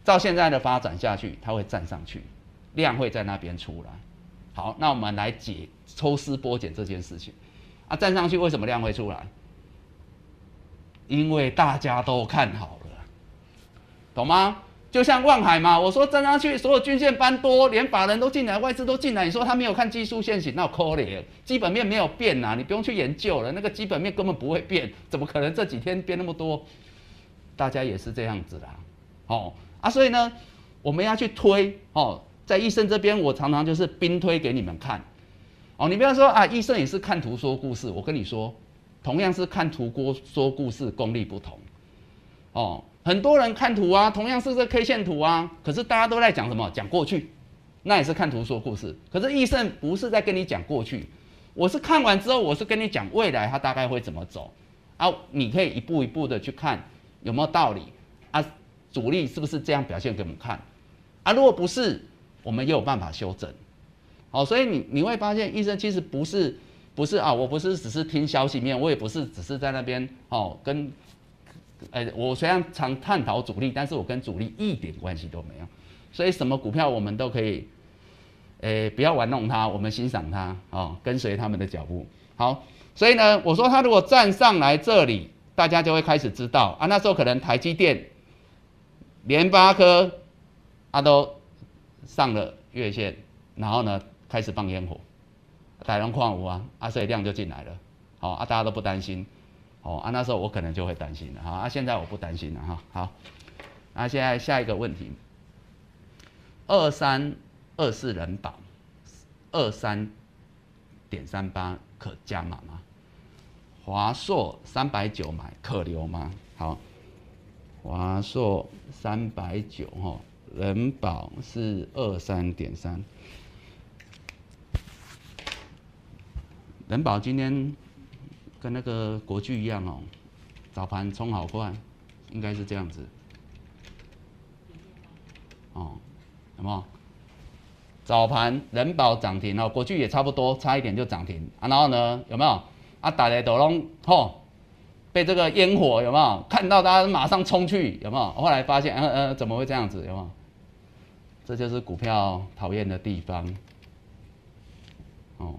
A: 照现在的发展下去，它会站上去，量会在那边出来。好，那我们来解抽丝剥茧这件事情。啊，站上去为什么量会出来？因为大家都看好了，懂吗？就像万海嘛，我说站上去，所有均线翻多，连法人都进来，外资都进来。你说他没有看技术线型，那可怜，基本面没有变啊，你不用去研究了，那个基本面根本不会变，怎么可能这几天变那么多？大家也是这样子啦，哦啊，所以呢，我们要去推哦，在益盛这边，我常常就是兵推给你们看，哦，你不要说啊，益盛也是看图说故事，我跟你说，同样是看图说故事，功力不同，哦。很多人看图啊，同样是这 K 线图啊，可是大家都在讲什么？讲过去，那也是看图说故事。可是益盛不是在跟你讲过去，我是看完之后，我是跟你讲未来它大概会怎么走啊，你可以一步一步的去看有没有道理啊，主力是不是这样表现给我们看啊？如果不是，我们也有办法修正。好，所以你你会发现益盛其实不是不是啊，我不是只是听消息面，我也不是只是在那边哦跟。欸、我虽然常探讨主力，但是我跟主力一点关系都没有，所以什么股票我们都可以，欸、不要玩弄它，我们欣赏它，哦，跟随他们的脚步。好，所以呢，我说它如果站上来这里，大家就会开始知道啊，那时候可能台积电、联发科，啊都上了月线，然后呢开始放烟火，台龙矿物啊，啊所以量就进来了，好、哦、啊大家都不担心。哦啊，那时候我可能就会担心了哈啊，现在我不担心了哈。好，那、啊、现在下一个问题，二三二四人保，二三点三八可加码吗？华硕三百九买可留吗？好，华硕三百九哈，人保是二三点三，人保今天。跟那个国巨一样哦，早盘冲好快，应该是这样子。哦，有没有？早盘人保涨停哦，国巨也差不多，差一点就涨停啊。然后呢，有没有？啊，大家都拢吼，被这个烟火有没有？看到大家马上冲去，有没有？后来发现，呃呃，怎么会这样子？有没有？这就是股票讨厌的地方。哦，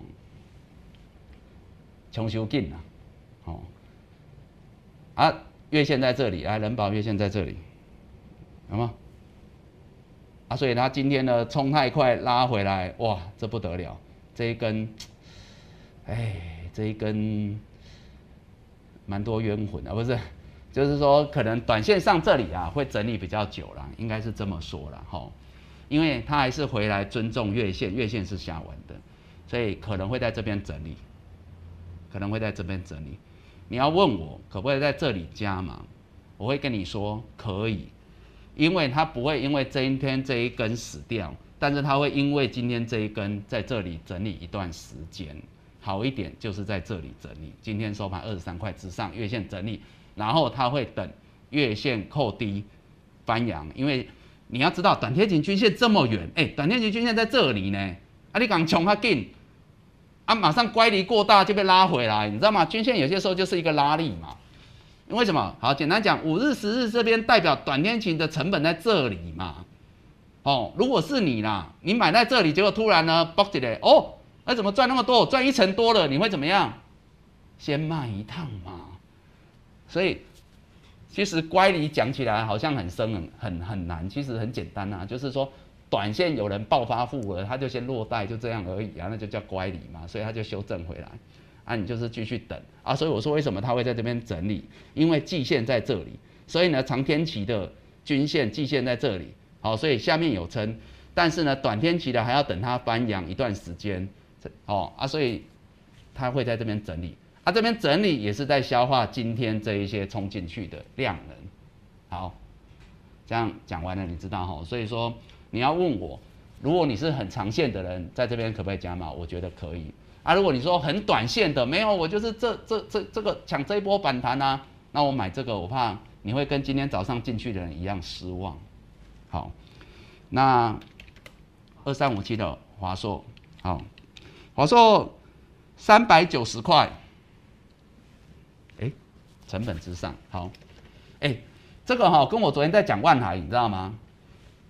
A: 冲收紧啊！哦，啊，月线在这里，啊，人保月线在这里，有吗？啊，所以它今天呢冲太快拉回来，哇，这不得了，这一根，哎，这一根蛮多冤魂啊，不是，就是说可能短线上这里啊会整理比较久啦，应该是这么说啦，吼，因为它还是回来尊重月线，月线是下弯的，所以可能会在这边整理，可能会在这边整理。你要问我可不可以在这里加码，我会跟你说可以，因为它不会因为这一天这一根死掉，但是它会因为今天这一根在这里整理一段时间，好一点就是在这里整理。今天收盘二十三块之上，月线整理，然后它会等月线扣低翻扬，因为你要知道短天期均线这么远，哎、欸，短天期均线在这里呢，啊，你敢冲它紧？啊，马上乖离过大就被拉回来，你知道吗？均线有些时候就是一个拉力嘛。为什么？好，简单讲，五日、十日这边代表短天期的成本在这里嘛。哦，如果是你啦，你买在这里，结果突然呢，爆起来，哦，那怎么赚那么多？赚一成多了，你会怎么样？先卖一趟嘛。所以，其实乖离讲起来好像很深很很很难，其实很简单啊，就是说。短线有人暴发户了，他就先落袋，就这样而已啊，那就叫乖离嘛，所以他就修正回来，啊，你就是继续等啊，所以我说为什么他会在这边整理，因为季线在这里，所以呢长天期的均线季线在这里，好，所以下面有撑，但是呢短天期的还要等它翻扬一段时间，哦啊，所以他会在这边整理，啊，这边整理也是在消化今天这一些冲进去的量能，好，这样讲完了，你知道哈，所以说。你要问我，如果你是很长线的人，在这边可不可以加码？我觉得可以啊。如果你说很短线的，没有，我就是这这这这个抢这一波反弹啊，那我买这个，我怕你会跟今天早上进去的人一样失望。好，那二三五七的华硕，好，华硕三百九十块，哎，成本之上，好，哎，这个哈、哦、跟我昨天在讲万海，你知道吗？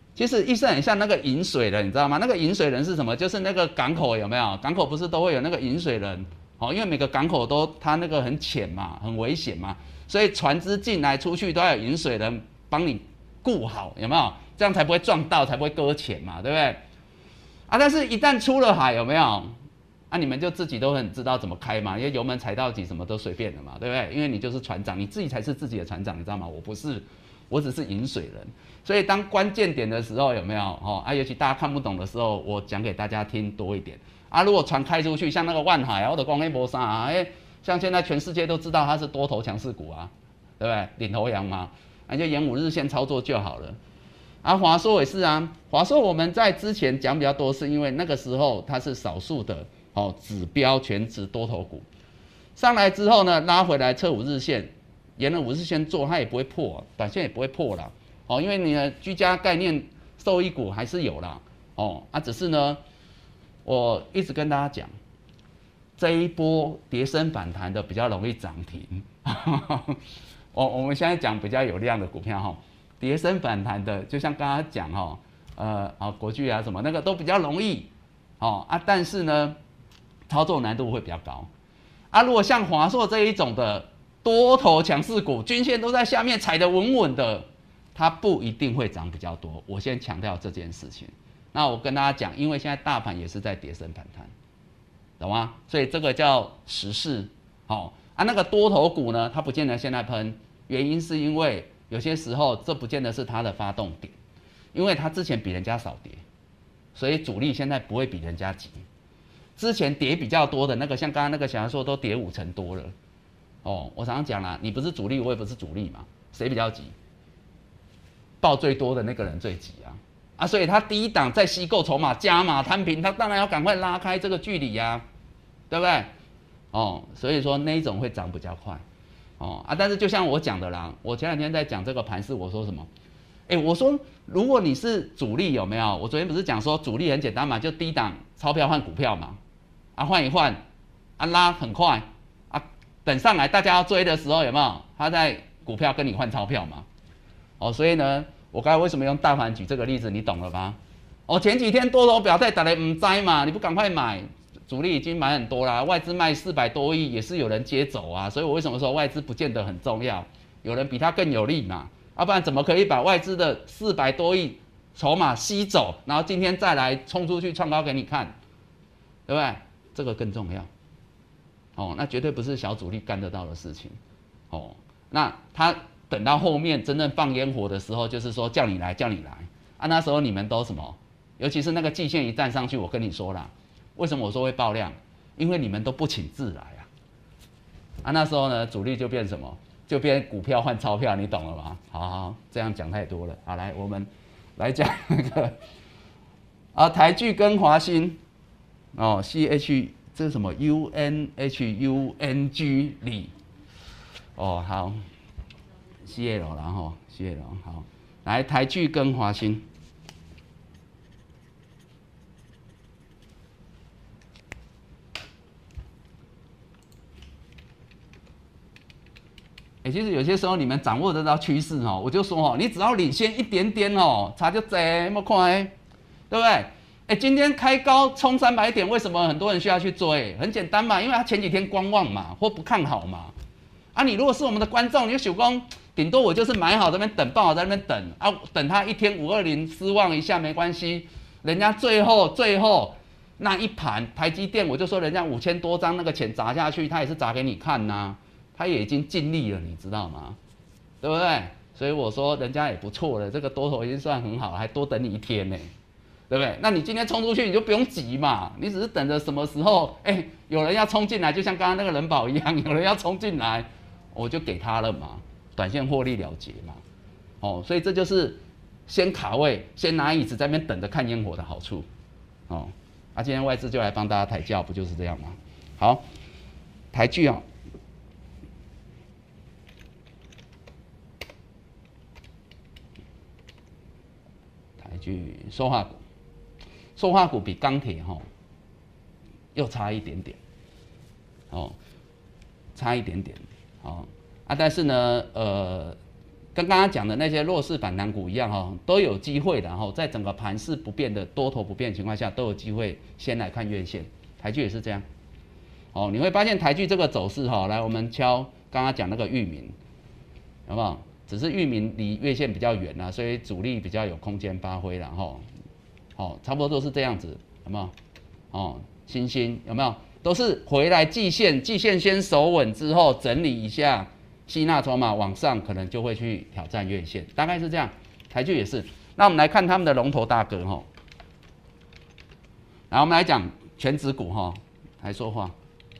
A: 其实意思很像那个引水人，你知道吗？那个引水人是什么？就是那个港口有没有？港口不是都会有那个引水人？哦，因为每个港口都它那个很浅嘛，很危险嘛，所以船只进来出去都要有引水人帮你顾好，有没有？这样才不会撞到，才不会搁浅嘛，对不对？啊，但是一旦出了海，有没有？啊，你们就自己都很知道怎么开嘛，因为油门踩到底什么都随便的嘛，对不对？因为你就是船长，你自己才是自己的船长，你知道吗？我不是，我只是引水人。所以当关键点的时候，有没有？哦，啊，尤其大家看不懂的时候，我讲给大家听多一点。啊，如果船开出去，像那个万海啊，或者光黑博沙啊，哎，像现在全世界都知道它是多头强势股啊，对不对？领头羊嘛，那就沿五日线操作就好了。啊，华硕也是啊，华硕我们在之前讲比较多，是因为那个时候它是少数的哦指标全值多头股，上来之后呢，拉回来测五日线，沿了五日线做，它也不会破，短线也不会破啦。哦，因为你的居家概念受益股还是有啦，哦，啊，只是呢，我一直跟大家讲，这一波跌升反弹的比较容易涨停。我我们现在讲比较有量的股票哈，跌升反弹的，就像刚刚讲哈，呃啊国巨啊什么那个都比较容易，哦啊，但是呢，操作难度会比较高。啊，如果像华硕这一种的多头强势股，均线都在下面踩得稳稳的。它不一定会涨比较多，我先强调这件事情。那我跟大家讲，因为现在大盘也是在跌升反弹，懂吗？所以这个叫时势。好、哦、啊，那个多头股呢，它不见得现在喷，原因是因为有些时候这不见得是它的发动点，因为它之前比人家少跌，所以主力现在不会比人家急。之前跌比较多的那个，像刚刚那个小杨说都跌五成多了。哦，我常常讲啦，你不是主力，我也不是主力嘛，谁比较急？报最多的那个人最急啊啊，所以他第一档在吸购筹码加码摊平，他当然要赶快拉开这个距离啊，对不对？哦，所以说那一种会涨比较快，哦啊，但是就像我讲的啦，我前两天在讲这个盘势，我说什么？哎，我说如果你是主力有没有？我昨天不是讲说主力很简单嘛，就低档钞票换股票嘛，啊换一换，啊拉很快，啊等上来大家要追的时候有没有？他在股票跟你换钞票嘛。哦，所以呢，我刚才为什么用大盘举这个例子，你懂了吧？哦，前几天多头表态，大家唔知嘛，你不赶快买，主力已经买很多啦，外资卖四百多亿，也是有人接走啊。所以我为什么说外资不见得很重要？有人比他更有利嘛，要、啊、不然怎么可以把外资的四百多亿筹码吸走，然后今天再来冲出去创高给你看，对不对？这个更重要。哦，那绝对不是小主力干得到的事情。哦，那他。等到后面真正放烟火的时候，就是说叫你来，叫你来啊！那时候你们都什么？尤其是那个季线一站上去，我跟你说啦，为什么我说会爆量？因为你们都不请自来啊！啊，那时候呢，主力就变什么？就变股票换钞票，你懂了吗？好好好，这样讲太多了。好，来我们来讲那个啊，台聚跟华新哦 ，C H 这是什么 ？U N H U N G 里哦，好。C L 然后 C L 好，来台聚跟华新，哎、欸，其实有些时候你们掌握得到趋势哦，我就说哦，你只要领先一点点哦，差就这么快，对不对？哎、欸，今天开高冲三百点，为什么很多人需要去追？很简单嘛，因为他前几天观望嘛，或不看好嘛。啊，你如果是我们的观众，你就想说，顶多我就是买好这边等，放好在那边等啊，等他一天五二零失望一下没关系，人家最后最后那一盘台积电，我就说人家五千多张那个钱砸下去，他也是砸给你看呐、啊，他也已经尽力了，你知道吗？对不对？所以我说人家也不错了，这个多头已经算很好了，还多等你一天呢，对不对？那你今天冲出去你就不用急嘛，你只是等着什么时候，哎，有人要冲进来，就像刚刚那个人保一样，有人要冲进来。我就给他了嘛，短线获利了结嘛，哦，所以这就是先卡位，先拿椅子在那边等着看烟火的好处，哦，啊，今天外资就来帮大家抬轿，不就是这样吗？好，台聚啊，台聚塑化股，塑化股比钢铁哈、哦、又差一点点，哦，差一点点。哦啊，但是呢，呃， 跟刚刚讲的那些弱势反弹股一样哈，都有机会的哈，在整个盘势不变的多头不变的情况下，都有机会先来看月线。台剧也是这样，哦，你会发现台剧这个走势哈，来我们敲刚刚讲那个裕民，有没有？只是裕民离月线比较远啊，所以主力比较有空间发挥了哈。哦，差不多都是这样子，有没有？哦，星星有没有？都是回来季线，季线先守稳之后整理一下，吸纳筹码往上，可能就会去挑战月线，大概是这样。台剧也是。那我们来看他们的龙头大哥哈，然后我们来讲全指股哈，来说话。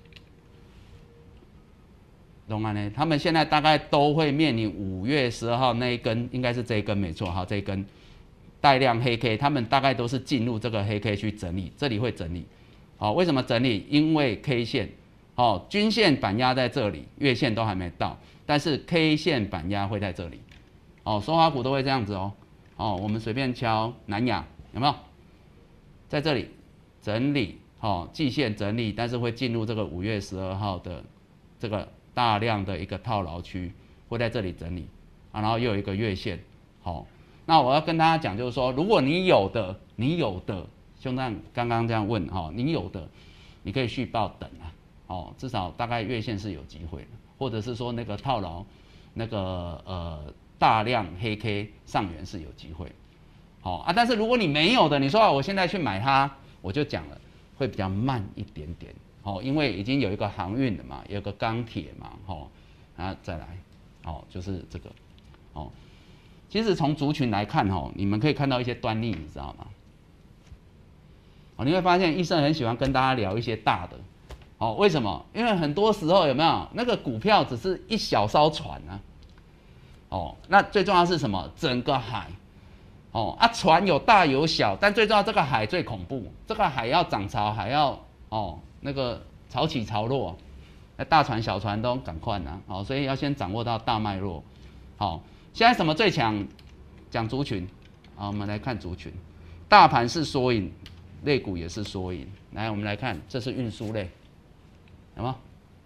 A: 懂了呢？他们现在大概都会面临五月十二号那一根，应该是这一根没错哈，这一根带量黑 K， 他们大概都是进入这个黑 K 去整理，这里会整理。好，为什么整理？因为 K 线，好，均线反压在这里，月线都还没到，但是 K 线反压会在这里。哦，收华股都会这样子哦。哦，我们随便敲南亚有没有？在这里整理，哦，季线整理，但是会进入这个五月十二号的这个大量的一个套牢区，会在这里整理啊，然后又有一个月线。好，那我要跟大家讲，就是说，如果你有的，你有的，就像刚刚这样问哈，你有的，你可以续报等啊，哦，至少大概月线是有机会的，或者是说那个套牢那个呃大量黑 K 上缘是有机会。好啊，但是如果你没有的，你说、啊、我现在去买它，我就讲了，会比较慢一点点。哦，因为已经有一个航运了嘛，有一个钢铁嘛，哦，啊再来，哦，就是这个，哦，其实从族群来看，哦，你们可以看到一些端倪，你知道吗？哦，你会发现医生很喜欢跟大家聊一些大的，哦，为什么？因为很多时候有没有那个股票只是一小艘船啊，哦，那最重要是什么？整个海。哦啊，船有大有小，但最重要这个海最恐怖，这个海要涨潮，还要哦那个潮起潮落，那大船小船都赶快啊，好、哦，所以要先掌握到大脉络。好、哦，现在什么最强？讲族群，好，我们来看族群，大盘是缩影，类股也是缩影。来，我们来看，这是运输类，有吗？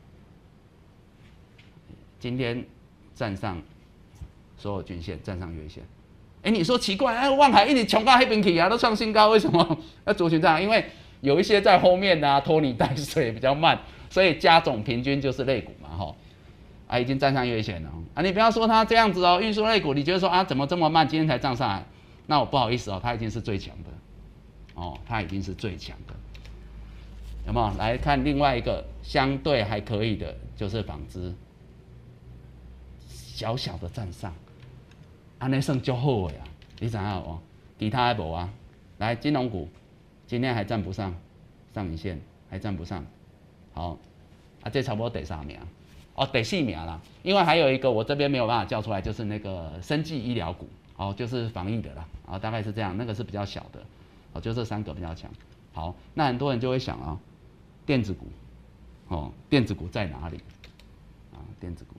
A: 今天站上所有均线，站上月线。哎，你说奇怪，哎，万海一直冲到那边去啊，都创新高，为什么？那族群这样，因为有一些在后面啊，拖泥带水比较慢，所以加总平均就是类股嘛，哈，啊，已经站上月线了啊，你不要说它这样子哦，运输类股，你觉得说啊，怎么这么慢，今天才涨上来？那我不好意思哦，它已经是最强的，哦，它已经是最强的，有没有？来看另外一个相对还可以的，就是纺织，小小的站上。安尼算足好的啊，你知影无？其他的无啊。来，金融股今天还站不上上影线，还站不上。好，啊，这差不多第三名，哦，第四名啦。因为还有一个我这边没有办法叫出来，就是那个生技医疗股，哦，就是防疫的啦，啊、哦，大概是这样，那个是比较小的，哦，就这三个比较强。好，那很多人就会想啊，电子股，哦，电子股在哪里？啊，电子股。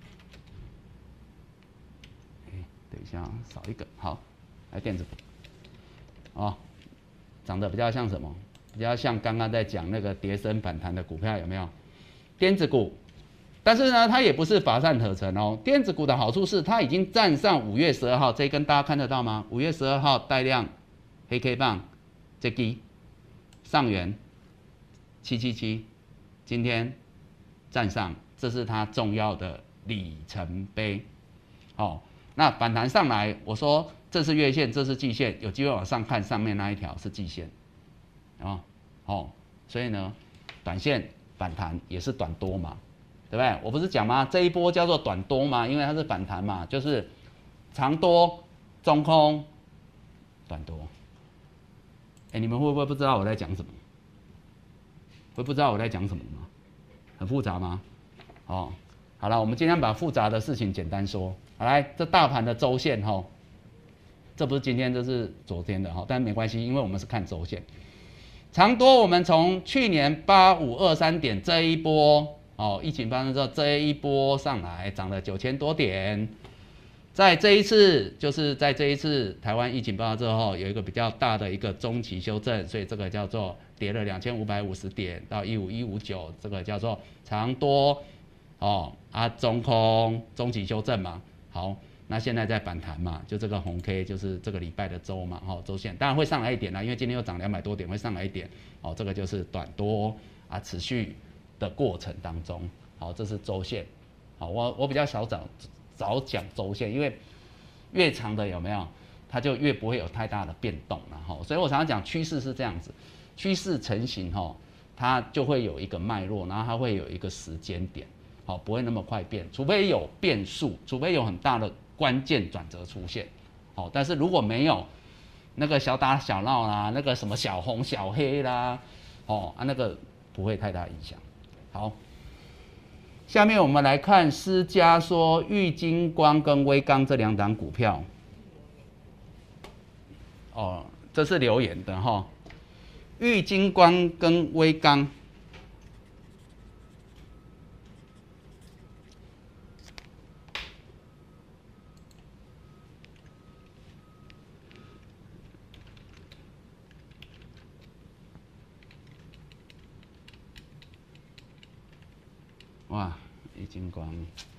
A: 等一下，少一个，好，来电子股，哦，长得比较像什么？比较像刚刚在讲那个跌升反弹的股票，有没有？电子股，但是呢，它也不是乏善可陈哦。电子股的好处是，它已经站上五月十二号这一根，大家看得到吗？五月十二号带量黑 K 棒，这根上缘七七七，今天站上，这是它重要的里程碑，哦。那反弹上来，我说这是月线，这是季线，有机会往上看，上面那一条是季线，啊，哦，所以呢，短线反弹也是短多嘛，对不对？我不是讲吗？这一波叫做短多嘛，因为它是反弹嘛，就是长多、中空、短多。哎，你们会不会不知道我在讲什么？会不知道我在讲什么吗？很复杂吗？哦，好了，我们今天把复杂的事情简单说。好来，这大盘的周线哈，这不是今天，这是昨天的哈，但没关系，因为我们是看周线。长多我们从去年八五二三点这一波哦，疫情发生之后这一波上来涨了九千多点，在这一次就是在这一次台湾疫情爆发之后，有一个比较大的一个中期修正，所以这个叫做跌了两千五百五十点到一五一五九，这个叫做长多哦啊中空中期修正嘛。好， 那现在在反弹嘛，就这个红 K 就是这个礼拜的周嘛，哈、哦，周线当然会上来一点啦，因为今天又涨两百多点，会上来一点，哦，这个就是短多啊持续的过程当中，好、哦，这是周线，好、哦，我我比较少早早讲周线，因为越长的有没有，它就越不会有太大的变动了哈、哦，所以我常常讲趋势是这样子，趋势成型哈、哦，它就会有一个脉络，然后它会有一个时间点，好、哦，不会那么快变，除非有变数，除非有很大的关键转折出现，好，但是如果没有那个小打小闹啦，那个什么小红小黑啦，哦啊那个不会太大影响。好，下面我们来看施家说玉金光跟威刚这两档股票，哦，这是留言的哈，玉金光跟威刚。哇，玉金光，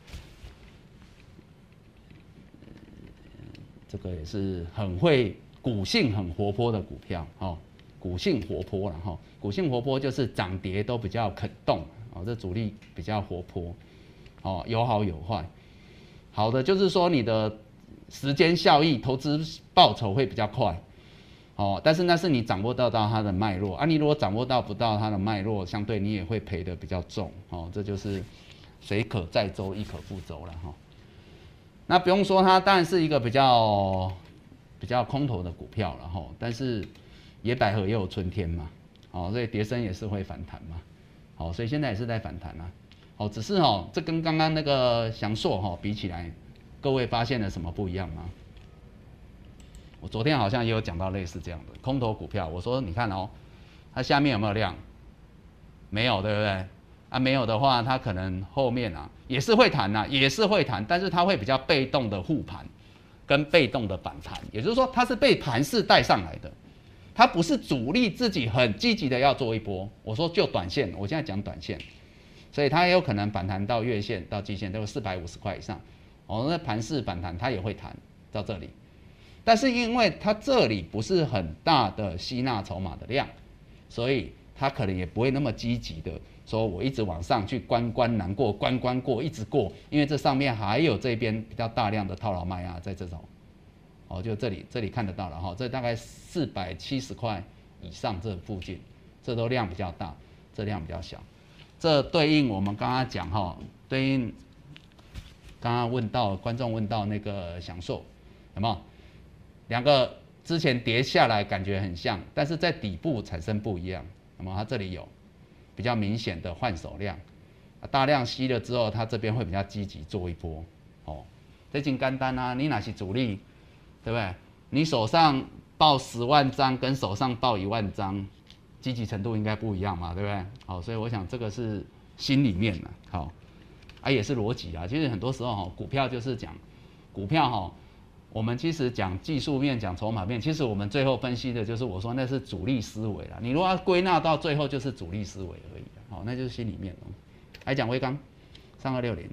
A: 这个也是很会股性很活泼的股票哦，股性活泼了哈，股性活泼就是涨跌都比较肯动哦，这主力比较活泼哦，有好有坏。好的就是说你的时间效益、投资报酬会比较快哦，但是那是你掌握到到它的脉络啊，你如果掌握到不到它的脉络，相对你也会赔得比较重哦，这就是水可载舟，亦可覆舟了哈。那不用说，它当然是一个比较比较空头的股票了哈，但是野百合也有春天嘛，哦，所以跌升也是会反弹嘛，好，所以现在也是在反弹啊，哦，只是哦，这跟刚刚那个祥硕哈比起来，各位发现了什么不一样吗？我昨天好像也有讲到类似这样的空头股票，我说你看哦，它下面有没有量？没有，对不对？啊，没有的话，它可能后面啊也是会弹啊，也是会弹，但是它会比较被动的护盘，跟被动的反弹，也就是说它是被盘势带上来的，它不是主力自己很积极的要做一波。我说就短线，我现在讲短线，所以它也有可能反弹到月线到季线都有四百五十块以上，哦，那盘势反弹它也会弹到这里。但是因为它这里不是很大的吸纳筹码的量，所以它可能也不会那么积极的说我一直往上去关关难过，关关过一直过，因为这上面还有这边比较大量的套牢卖压在这种，哦，就这里这里看得到了哈，这大概四百七十块以上这附近，这都量比较大，这量比较小，这对应我们刚刚讲哈，对应刚刚问到观众问到那个享受有没有？两个之前跌下来感觉很像，但是在底部产生不一样。那么它这里有比较明显的换手量，大量吸了之后，它这边会比较积极做一波。哦，这金干单啊，你哪是主力，对不对？你手上报十万张跟手上报一万张，积极程度应该不一样嘛，对不对？好，所以我想这个是心里面的，好，啊也是逻辑啊。其实很多时候哈，股票就是讲股票哈。我们其实讲技术面，讲筹码面，其实我们最后分析的就是我说那是主力思维啦。你如果要归纳到最后就是主力思维而已，好，那就是心里面。来讲威刚，三二六零，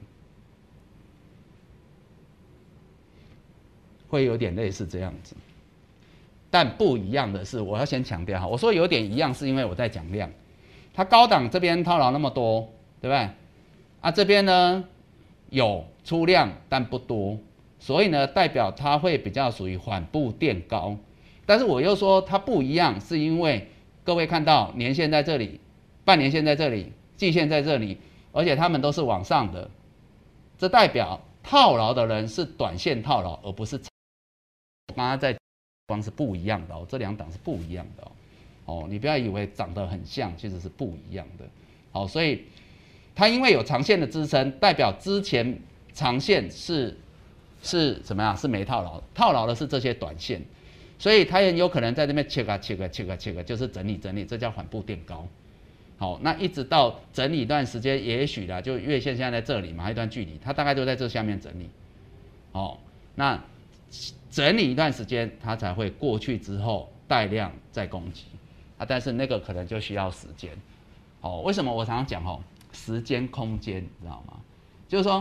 A: 会有点类似这样子，但不一样的是，我要先强调哈，我说有点一样，是因为我在讲量，它高档这边套牢那么多，对不对？啊，这边呢有出量，但不多。所以呢，代表它会比较属于缓步垫高，但是我又说它不一样，是因为各位看到年线在这里，半年线在这里，季线在这里，而且它们都是往上的，这代表套牢的人是短线套牢，而不是刚刚在光是不一样的哦，这两档是不一样的哦，哦，你不要以为长得很像，其实是不一样的，好，所以它因为有长线的支撑，代表之前长线是。是怎么样？是没套牢，套牢的是这些短线，所以它也有可能在这边切个切个切个切个，就是整理整理，这叫缓步垫高。好，那一直到整理一段时间，也许啦，就月线现在在这里嘛，还有一段距离，它大概就在这下面整理。哦，那整理一段时间，它才会过去之后带量再攻击啊，但是那个可能就需要时间。哦，为什么我常常讲哦，时间空间，你知道吗？就是说。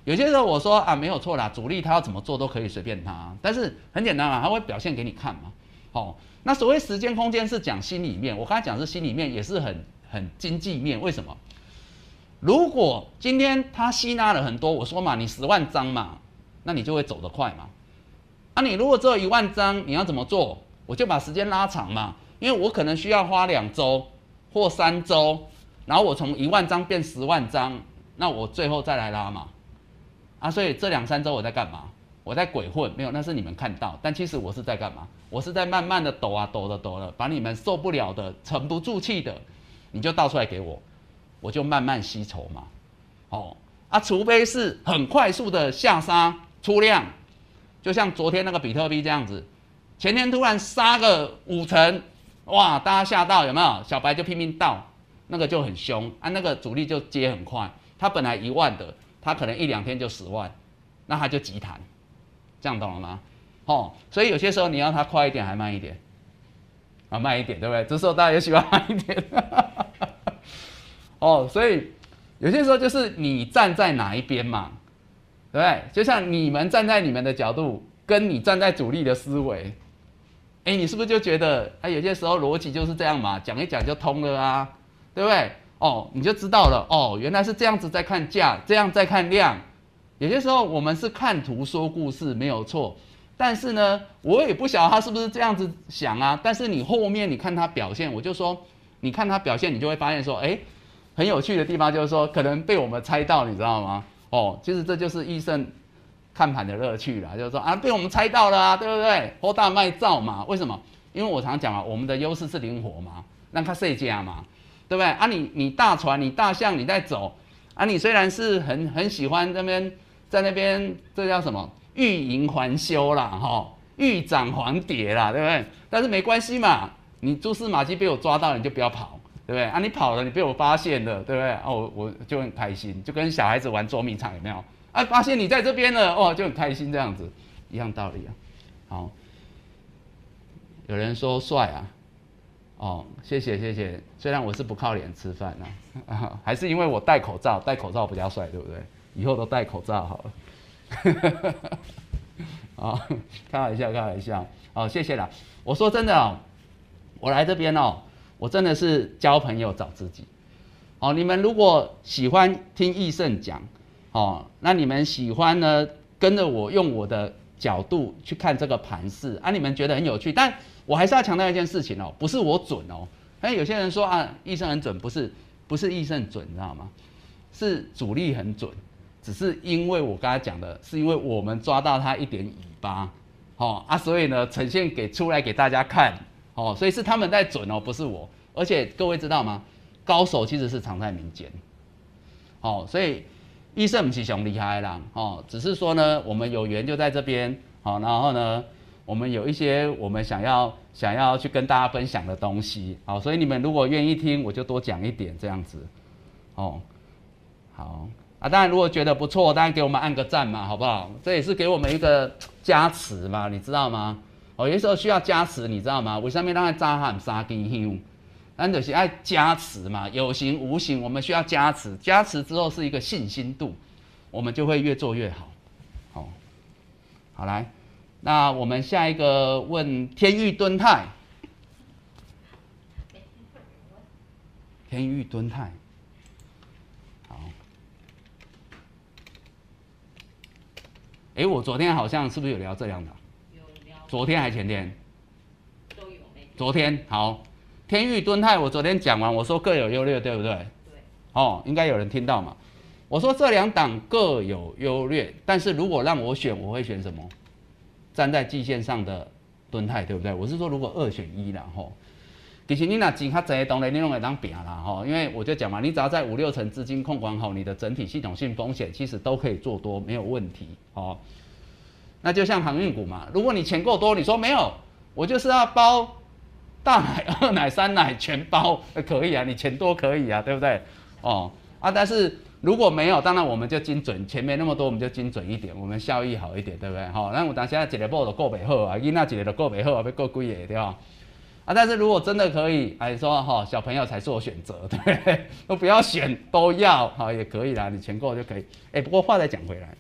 A: 有些时候我说啊没有错啦，主力他要怎么做都可以随便他，但是很简单嘛，他会表现给你看嘛。哦，那所谓时间空间是讲心里面，我刚才讲是心里面也是很很经济面，为什么？如果今天他吸纳了很多，我说嘛，你十万张嘛，那你就会走得快嘛。啊，你如果只有一万张，你要怎么做？我就把时间拉长嘛，因为我可能需要花两周或三周，然后我从一万张变十万张，那我最后再来拉嘛。啊，所以这两三周我在干嘛？我在鬼混，没有，那是你们看到，但其实我是在干嘛？我是在慢慢的抖啊抖的抖了，把你们受不了的、沉不住气的，你就倒出来给我，我就慢慢吸筹嘛。哦，啊，除非是很快速的下杀出量，就像昨天那个比特币这样子，前天突然杀个五成，哇，大家吓到有没有？小白就拼命倒，那个就很凶啊，那个主力就接很快，他本来一万的。他可能一两天就十万，那他就急弹，这样懂了吗？哦，所以有些时候你要他快一点还慢一点，啊，慢一点，对不对？这时候大家也喜欢慢一点，哦，所以有些时候就是你站在哪一边嘛，对不对？就像你们站在你们的角度，跟你站在主力的思维，哎，你是不是就觉得，哎，有些时候逻辑就是这样嘛，讲一讲就通了啊，对不对？哦，你就知道了哦，原来是这样子在看价，这样在看量。有些时候我们是看图说故事没有错，但是呢，我也不晓得他是不是这样子想啊。但是你后面你看他表现，我就说，你看他表现，你就会发现说，哎，很有趣的地方就是说，可能被我们猜到，你知道吗？哦，其实这就是易胜看盘的乐趣啦，就是说啊，被我们猜到了啊，对不对？豁大卖照嘛，为什么？因为我常讲啊，我们的优势是灵活嘛，让它设价嘛。对不对啊你？你大船，你大象，你在走啊！你虽然是很很喜欢那边，在那边这叫什么欲迎还休啦，哈、哦，欲涨还跌啦，对不对？但是没关系嘛，你蛛丝马迹被我抓到，你就不要跑，对不对啊？你跑了，你被我发现了，对不对啊？我我就很开心，就跟小孩子玩捉迷藏有没有？啊，发现你在这边了，哦，就很开心这样子，一样道理啊。好，有人说帅啊。哦，谢谢谢谢。虽然我是不靠脸吃饭啊，啊，还是因为我戴口罩，戴口罩比较帅，对不对？以后都戴口罩好了。啊，开玩笑，开玩笑。哦，谢谢啦。我说真的哦，我来这边哦，我真的是交朋友找知己。哦，你们如果喜欢听易胜讲，哦，那你们喜欢呢，跟着我用我的角度去看这个盘势啊，你们觉得很有趣，但我还是要强调一件事情哦，不是我准哦。但有些人说啊，易胜很准，不是不是易胜准，你知道吗？是主力很准，只是因为我刚才讲的，是因为我们抓到它一点尾巴，哦啊，所以呢呈现给出来给大家看，哦，所以是他们在准哦，不是我。而且各位知道吗？高手其实是藏在民间，哦，所以易胜不是熊厉害啦，哦，只是说呢，我们有缘就在这边，好、哦，然后呢。我们有一些我们想要想要去跟大家分享的东西，好，所以你们如果愿意听，我就多讲一点这样子，哦，好啊，当然如果觉得不错，当然给我们按个赞嘛，好不好？这也是给我们一个加持嘛，你知道吗？哦，有些时候需要加持，你知道吗？为什么让它扎喊杀根香？咱就是爱加持嘛，有形无形，我们需要加持，加持之后是一个信心度，我们就会越做越好，好，好来。那我们下一个问天域敦泰，天域敦泰，好，哎，我昨天好像是不是有聊这两档？有聊。昨天还前天？都有没？昨天好，天域敦泰，我昨天讲完，我说各有优劣，对不对？对。哦，应该有人听到嘛？我说这两档各有优劣，但是如果让我选，我会选什么？站在季线上的敦泰，对不对？我是说，如果二选一啦，吼，其实你那钱较济，当然你拢会当拼啦，吼，因为我就讲嘛，你只要在五六成资金控管好，你的整体系统性风险其实都可以做多，没有问题，哦。那就像航运股嘛，如果你钱够多，你说没有，我就是要包大奶、二奶、三奶全包，可以啊，你钱多可以啊，对不对？哦，啊，但是。如果没有，当然我们就精准，钱没那么多，我们就精准一点，我们效益好一点，对不对？好、哦，那我当现在一个某就顾不好啊，囡仔一个就顾不好啊，要顾几个对吧？ 啊，但是如果真的可以，哎，说哈、哦、小朋友才做选择，对不对？都不要选，都要好、哦、也可以啦，你钱够就可以。哎，不过话再讲回来，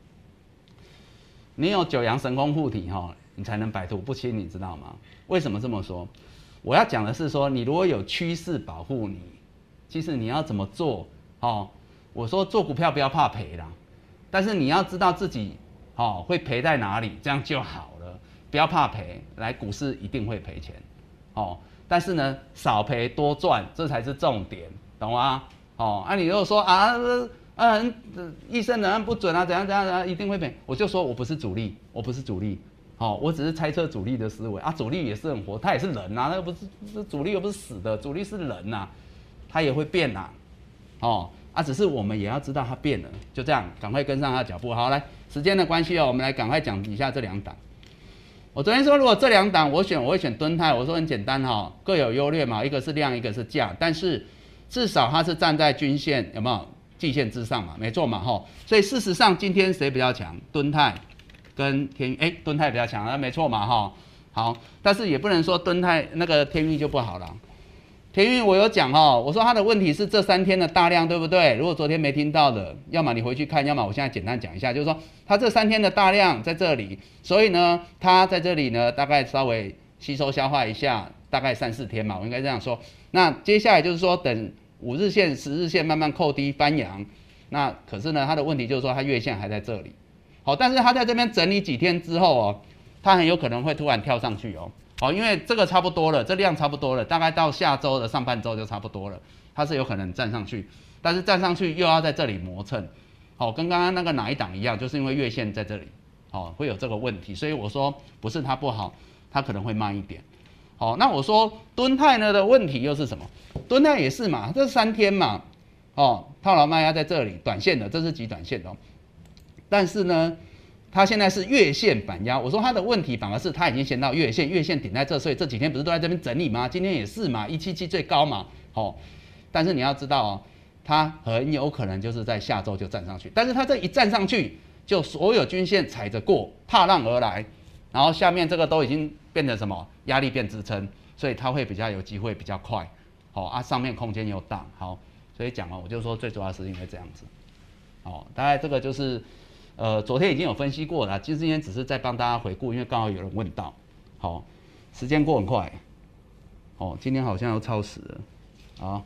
A: 你有九阳神功护体哈、哦，你才能百毒不侵，你知道吗？为什么这么说？我要讲的是说，你如果有趋势保护你，其实你要怎么做？哦，我说做股票不要怕赔啦，但是你要知道自己哦会赔在哪里，这样就好了，不要怕赔。来，股市一定会赔钱。哦，但是呢，少赔多赚，这才是重点，懂吗？哦，啊，你如果说啊，啊，医生答案不准啊，怎样怎样怎样，一定会赔，我就说我不是主力，我不是主力，哦，我只是猜测主力的思维啊，主力也是很活，他也是人呐、啊，那个不是，这主力又不是死的，主力是人呐、啊，他也会变呐、啊，哦，啊，只是我们也要知道他变了，就这样，赶快跟上他的脚步。好，来，时间的关系哦，我们来赶快讲以下这两档。我昨天说，如果这两档我选，我会选敦泰。我说很简单哈、哦，各有优劣嘛，一个是量，一个是价，但是至少它是站在均线有没有季线之上嘛，没错嘛哈。所以事实上今天谁比较强？敦泰跟天鈺，哎，敦泰比较强，那没错嘛哈。好，但是也不能说敦泰那个天鈺就不好了。天鈺我有讲哦，我说它的问题是这三天的大量，对不对？如果昨天没听到的，要么你回去看，要么我现在简单讲一下，就是说它这三天的大量在这里，所以呢，它在这里呢大概稍微吸收消化一下，大概三四天嘛，我应该这样说。那接下来就是说等五日线、十日线慢慢扣低翻扬，那可是呢，它的问题就是说它月线还在这里，好，但是它在这边整理几天之后哦，它很有可能会突然跳上去哦。好，因为这个差不多了，这量差不多了，大概到下周的上半周就差不多了，它是有可能站上去，但是站上去又要在这里磨蹭，好，跟刚刚那个哪一档一样，就是因为月线在这里，好，会有这个问题，所以我说不是它不好，它可能会慢一点。好，那我说敦泰呢的问题又是什么？敦泰也是嘛，这三天嘛，哦，套牢卖压在这里，短线的，这是极短线的、哦，但是呢。它现在是月线板压，我说它的问题反而是它已经先到月线，月线顶在这，所以这几天不是都在这边整理吗？今天也是嘛，一七七最高嘛，哦，但是你要知道哦，它很有可能就是在下周就站上去，但是它这一站上去，就所有均线踩着过，踏浪而来，然后下面这个都已经变成什么压力变支撑，所以它会比较有机会比较快，好、哦、啊，上面空间又大，好，所以讲了，我就说最主要是因为这样子，哦，大概这个就是。呃，昨天已经有分析过了，今天只是在帮大家回顾，因为刚好有人问到。好，时间过很快，哦，今天好像又超时了，好，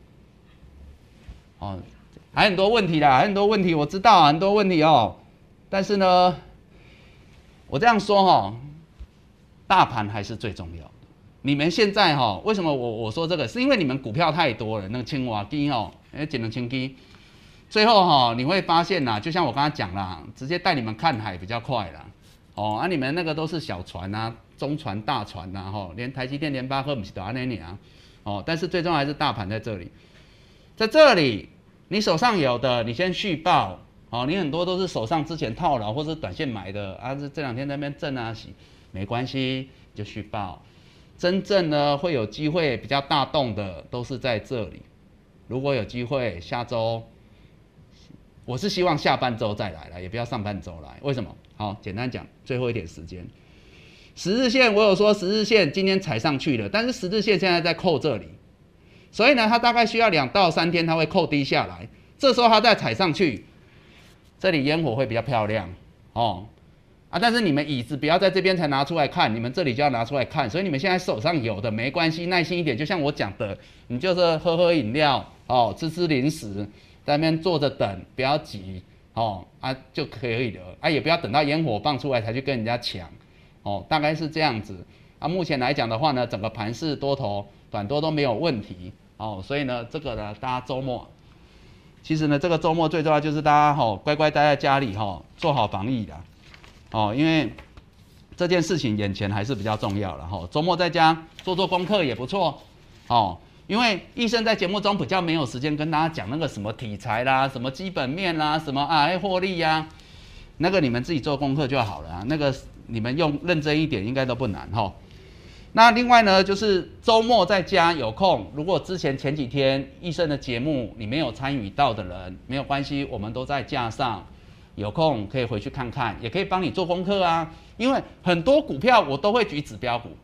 A: 哦，还很多问题啦，还很多问题，我知道很多问题哦，但是呢，我这样说哈、哦，大盘还是最重要的。你们现在哈、哦，为什么我我说这个？是因为你们股票太多了，那个青蛙低哦，哎，捡了青低。最后哈、哦，你会发现啦，就像我刚才讲啦，直接带你们看海比较快啦。哦，啊，你们那个都是小船啊、中船、大船呐，吼，连台积电、联发科不是都安那啊。哦，但是最重要还是大盘在这里，在这里，你手上有的，你先续报。哦，你很多都是手上之前套牢或是短线买的啊，这这两天在那边震啊洗，没关系，就续报。真正呢会有机会比较大动的，都是在这里。如果有机会，下周。我是希望下半周再来了，也不要上半周来。为什么？好，简单讲，最后一点时间，十日线我有说十日线今天踩上去了，但是十日线现在在扣这里，所以呢，它大概需要两到三天，它会扣低下来，这时候它再踩上去，这里烟火会比较漂亮哦。啊，但是你们椅子不要在这边才拿出来看，你们这里就要拿出来看，所以你们现在手上有的没关系，耐心一点，就像我讲的，你就是喝喝饮料哦，吃吃零食。在那边坐着等，不要急哦啊就可以了啊，也不要等到烟火放出来才去跟人家抢哦，大概是这样子啊。目前来讲的话呢，整个盘势多头、短多都没有问题哦，所以呢，这个呢，大家周末其实呢，这个周末最重要就是大家哈、哦、乖乖待在家里哈、哦，做好防疫啦哦，因为这件事情眼前还是比较重要了哈、哦。周末在家做做功课也不错哦。因为医生在节目中比较没有时间跟大家讲那个什么题材啦、什么基本面啦、什么啊获利呀、啊，那个你们自己做功课就好了啊。那个你们用认真一点，应该都不难哈。那另外呢，就是周末在家有空，如果之前前几天医生的节目你没有参与到的人，没有关系，我们都在架上，有空可以回去看看，也可以帮你做功课啊。因为很多股票我都会举指标股。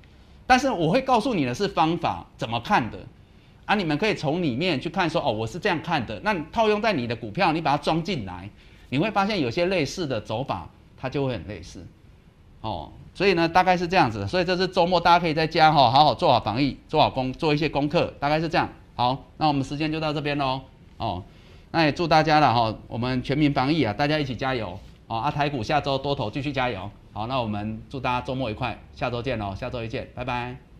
A: 但是我会告诉你的是方法怎么看的啊，你们可以从里面去看说哦，我是这样看的，那套用在你的股票，你把它装进来，你会发现有些类似的走法，它就会很类似哦。所以呢，大概是这样子，所以这是周末大家可以在家哈、哦，好好做好防疫，做好功，做一些功课，大概是这样。好，那我们时间就到这边喽哦。那也祝大家了哈、哦，我们全民防疫啊，大家一起加油哦！啊，台股下周多头继续加油。好，那我们祝大家周末愉快，下周见喽，下周一见，拜拜。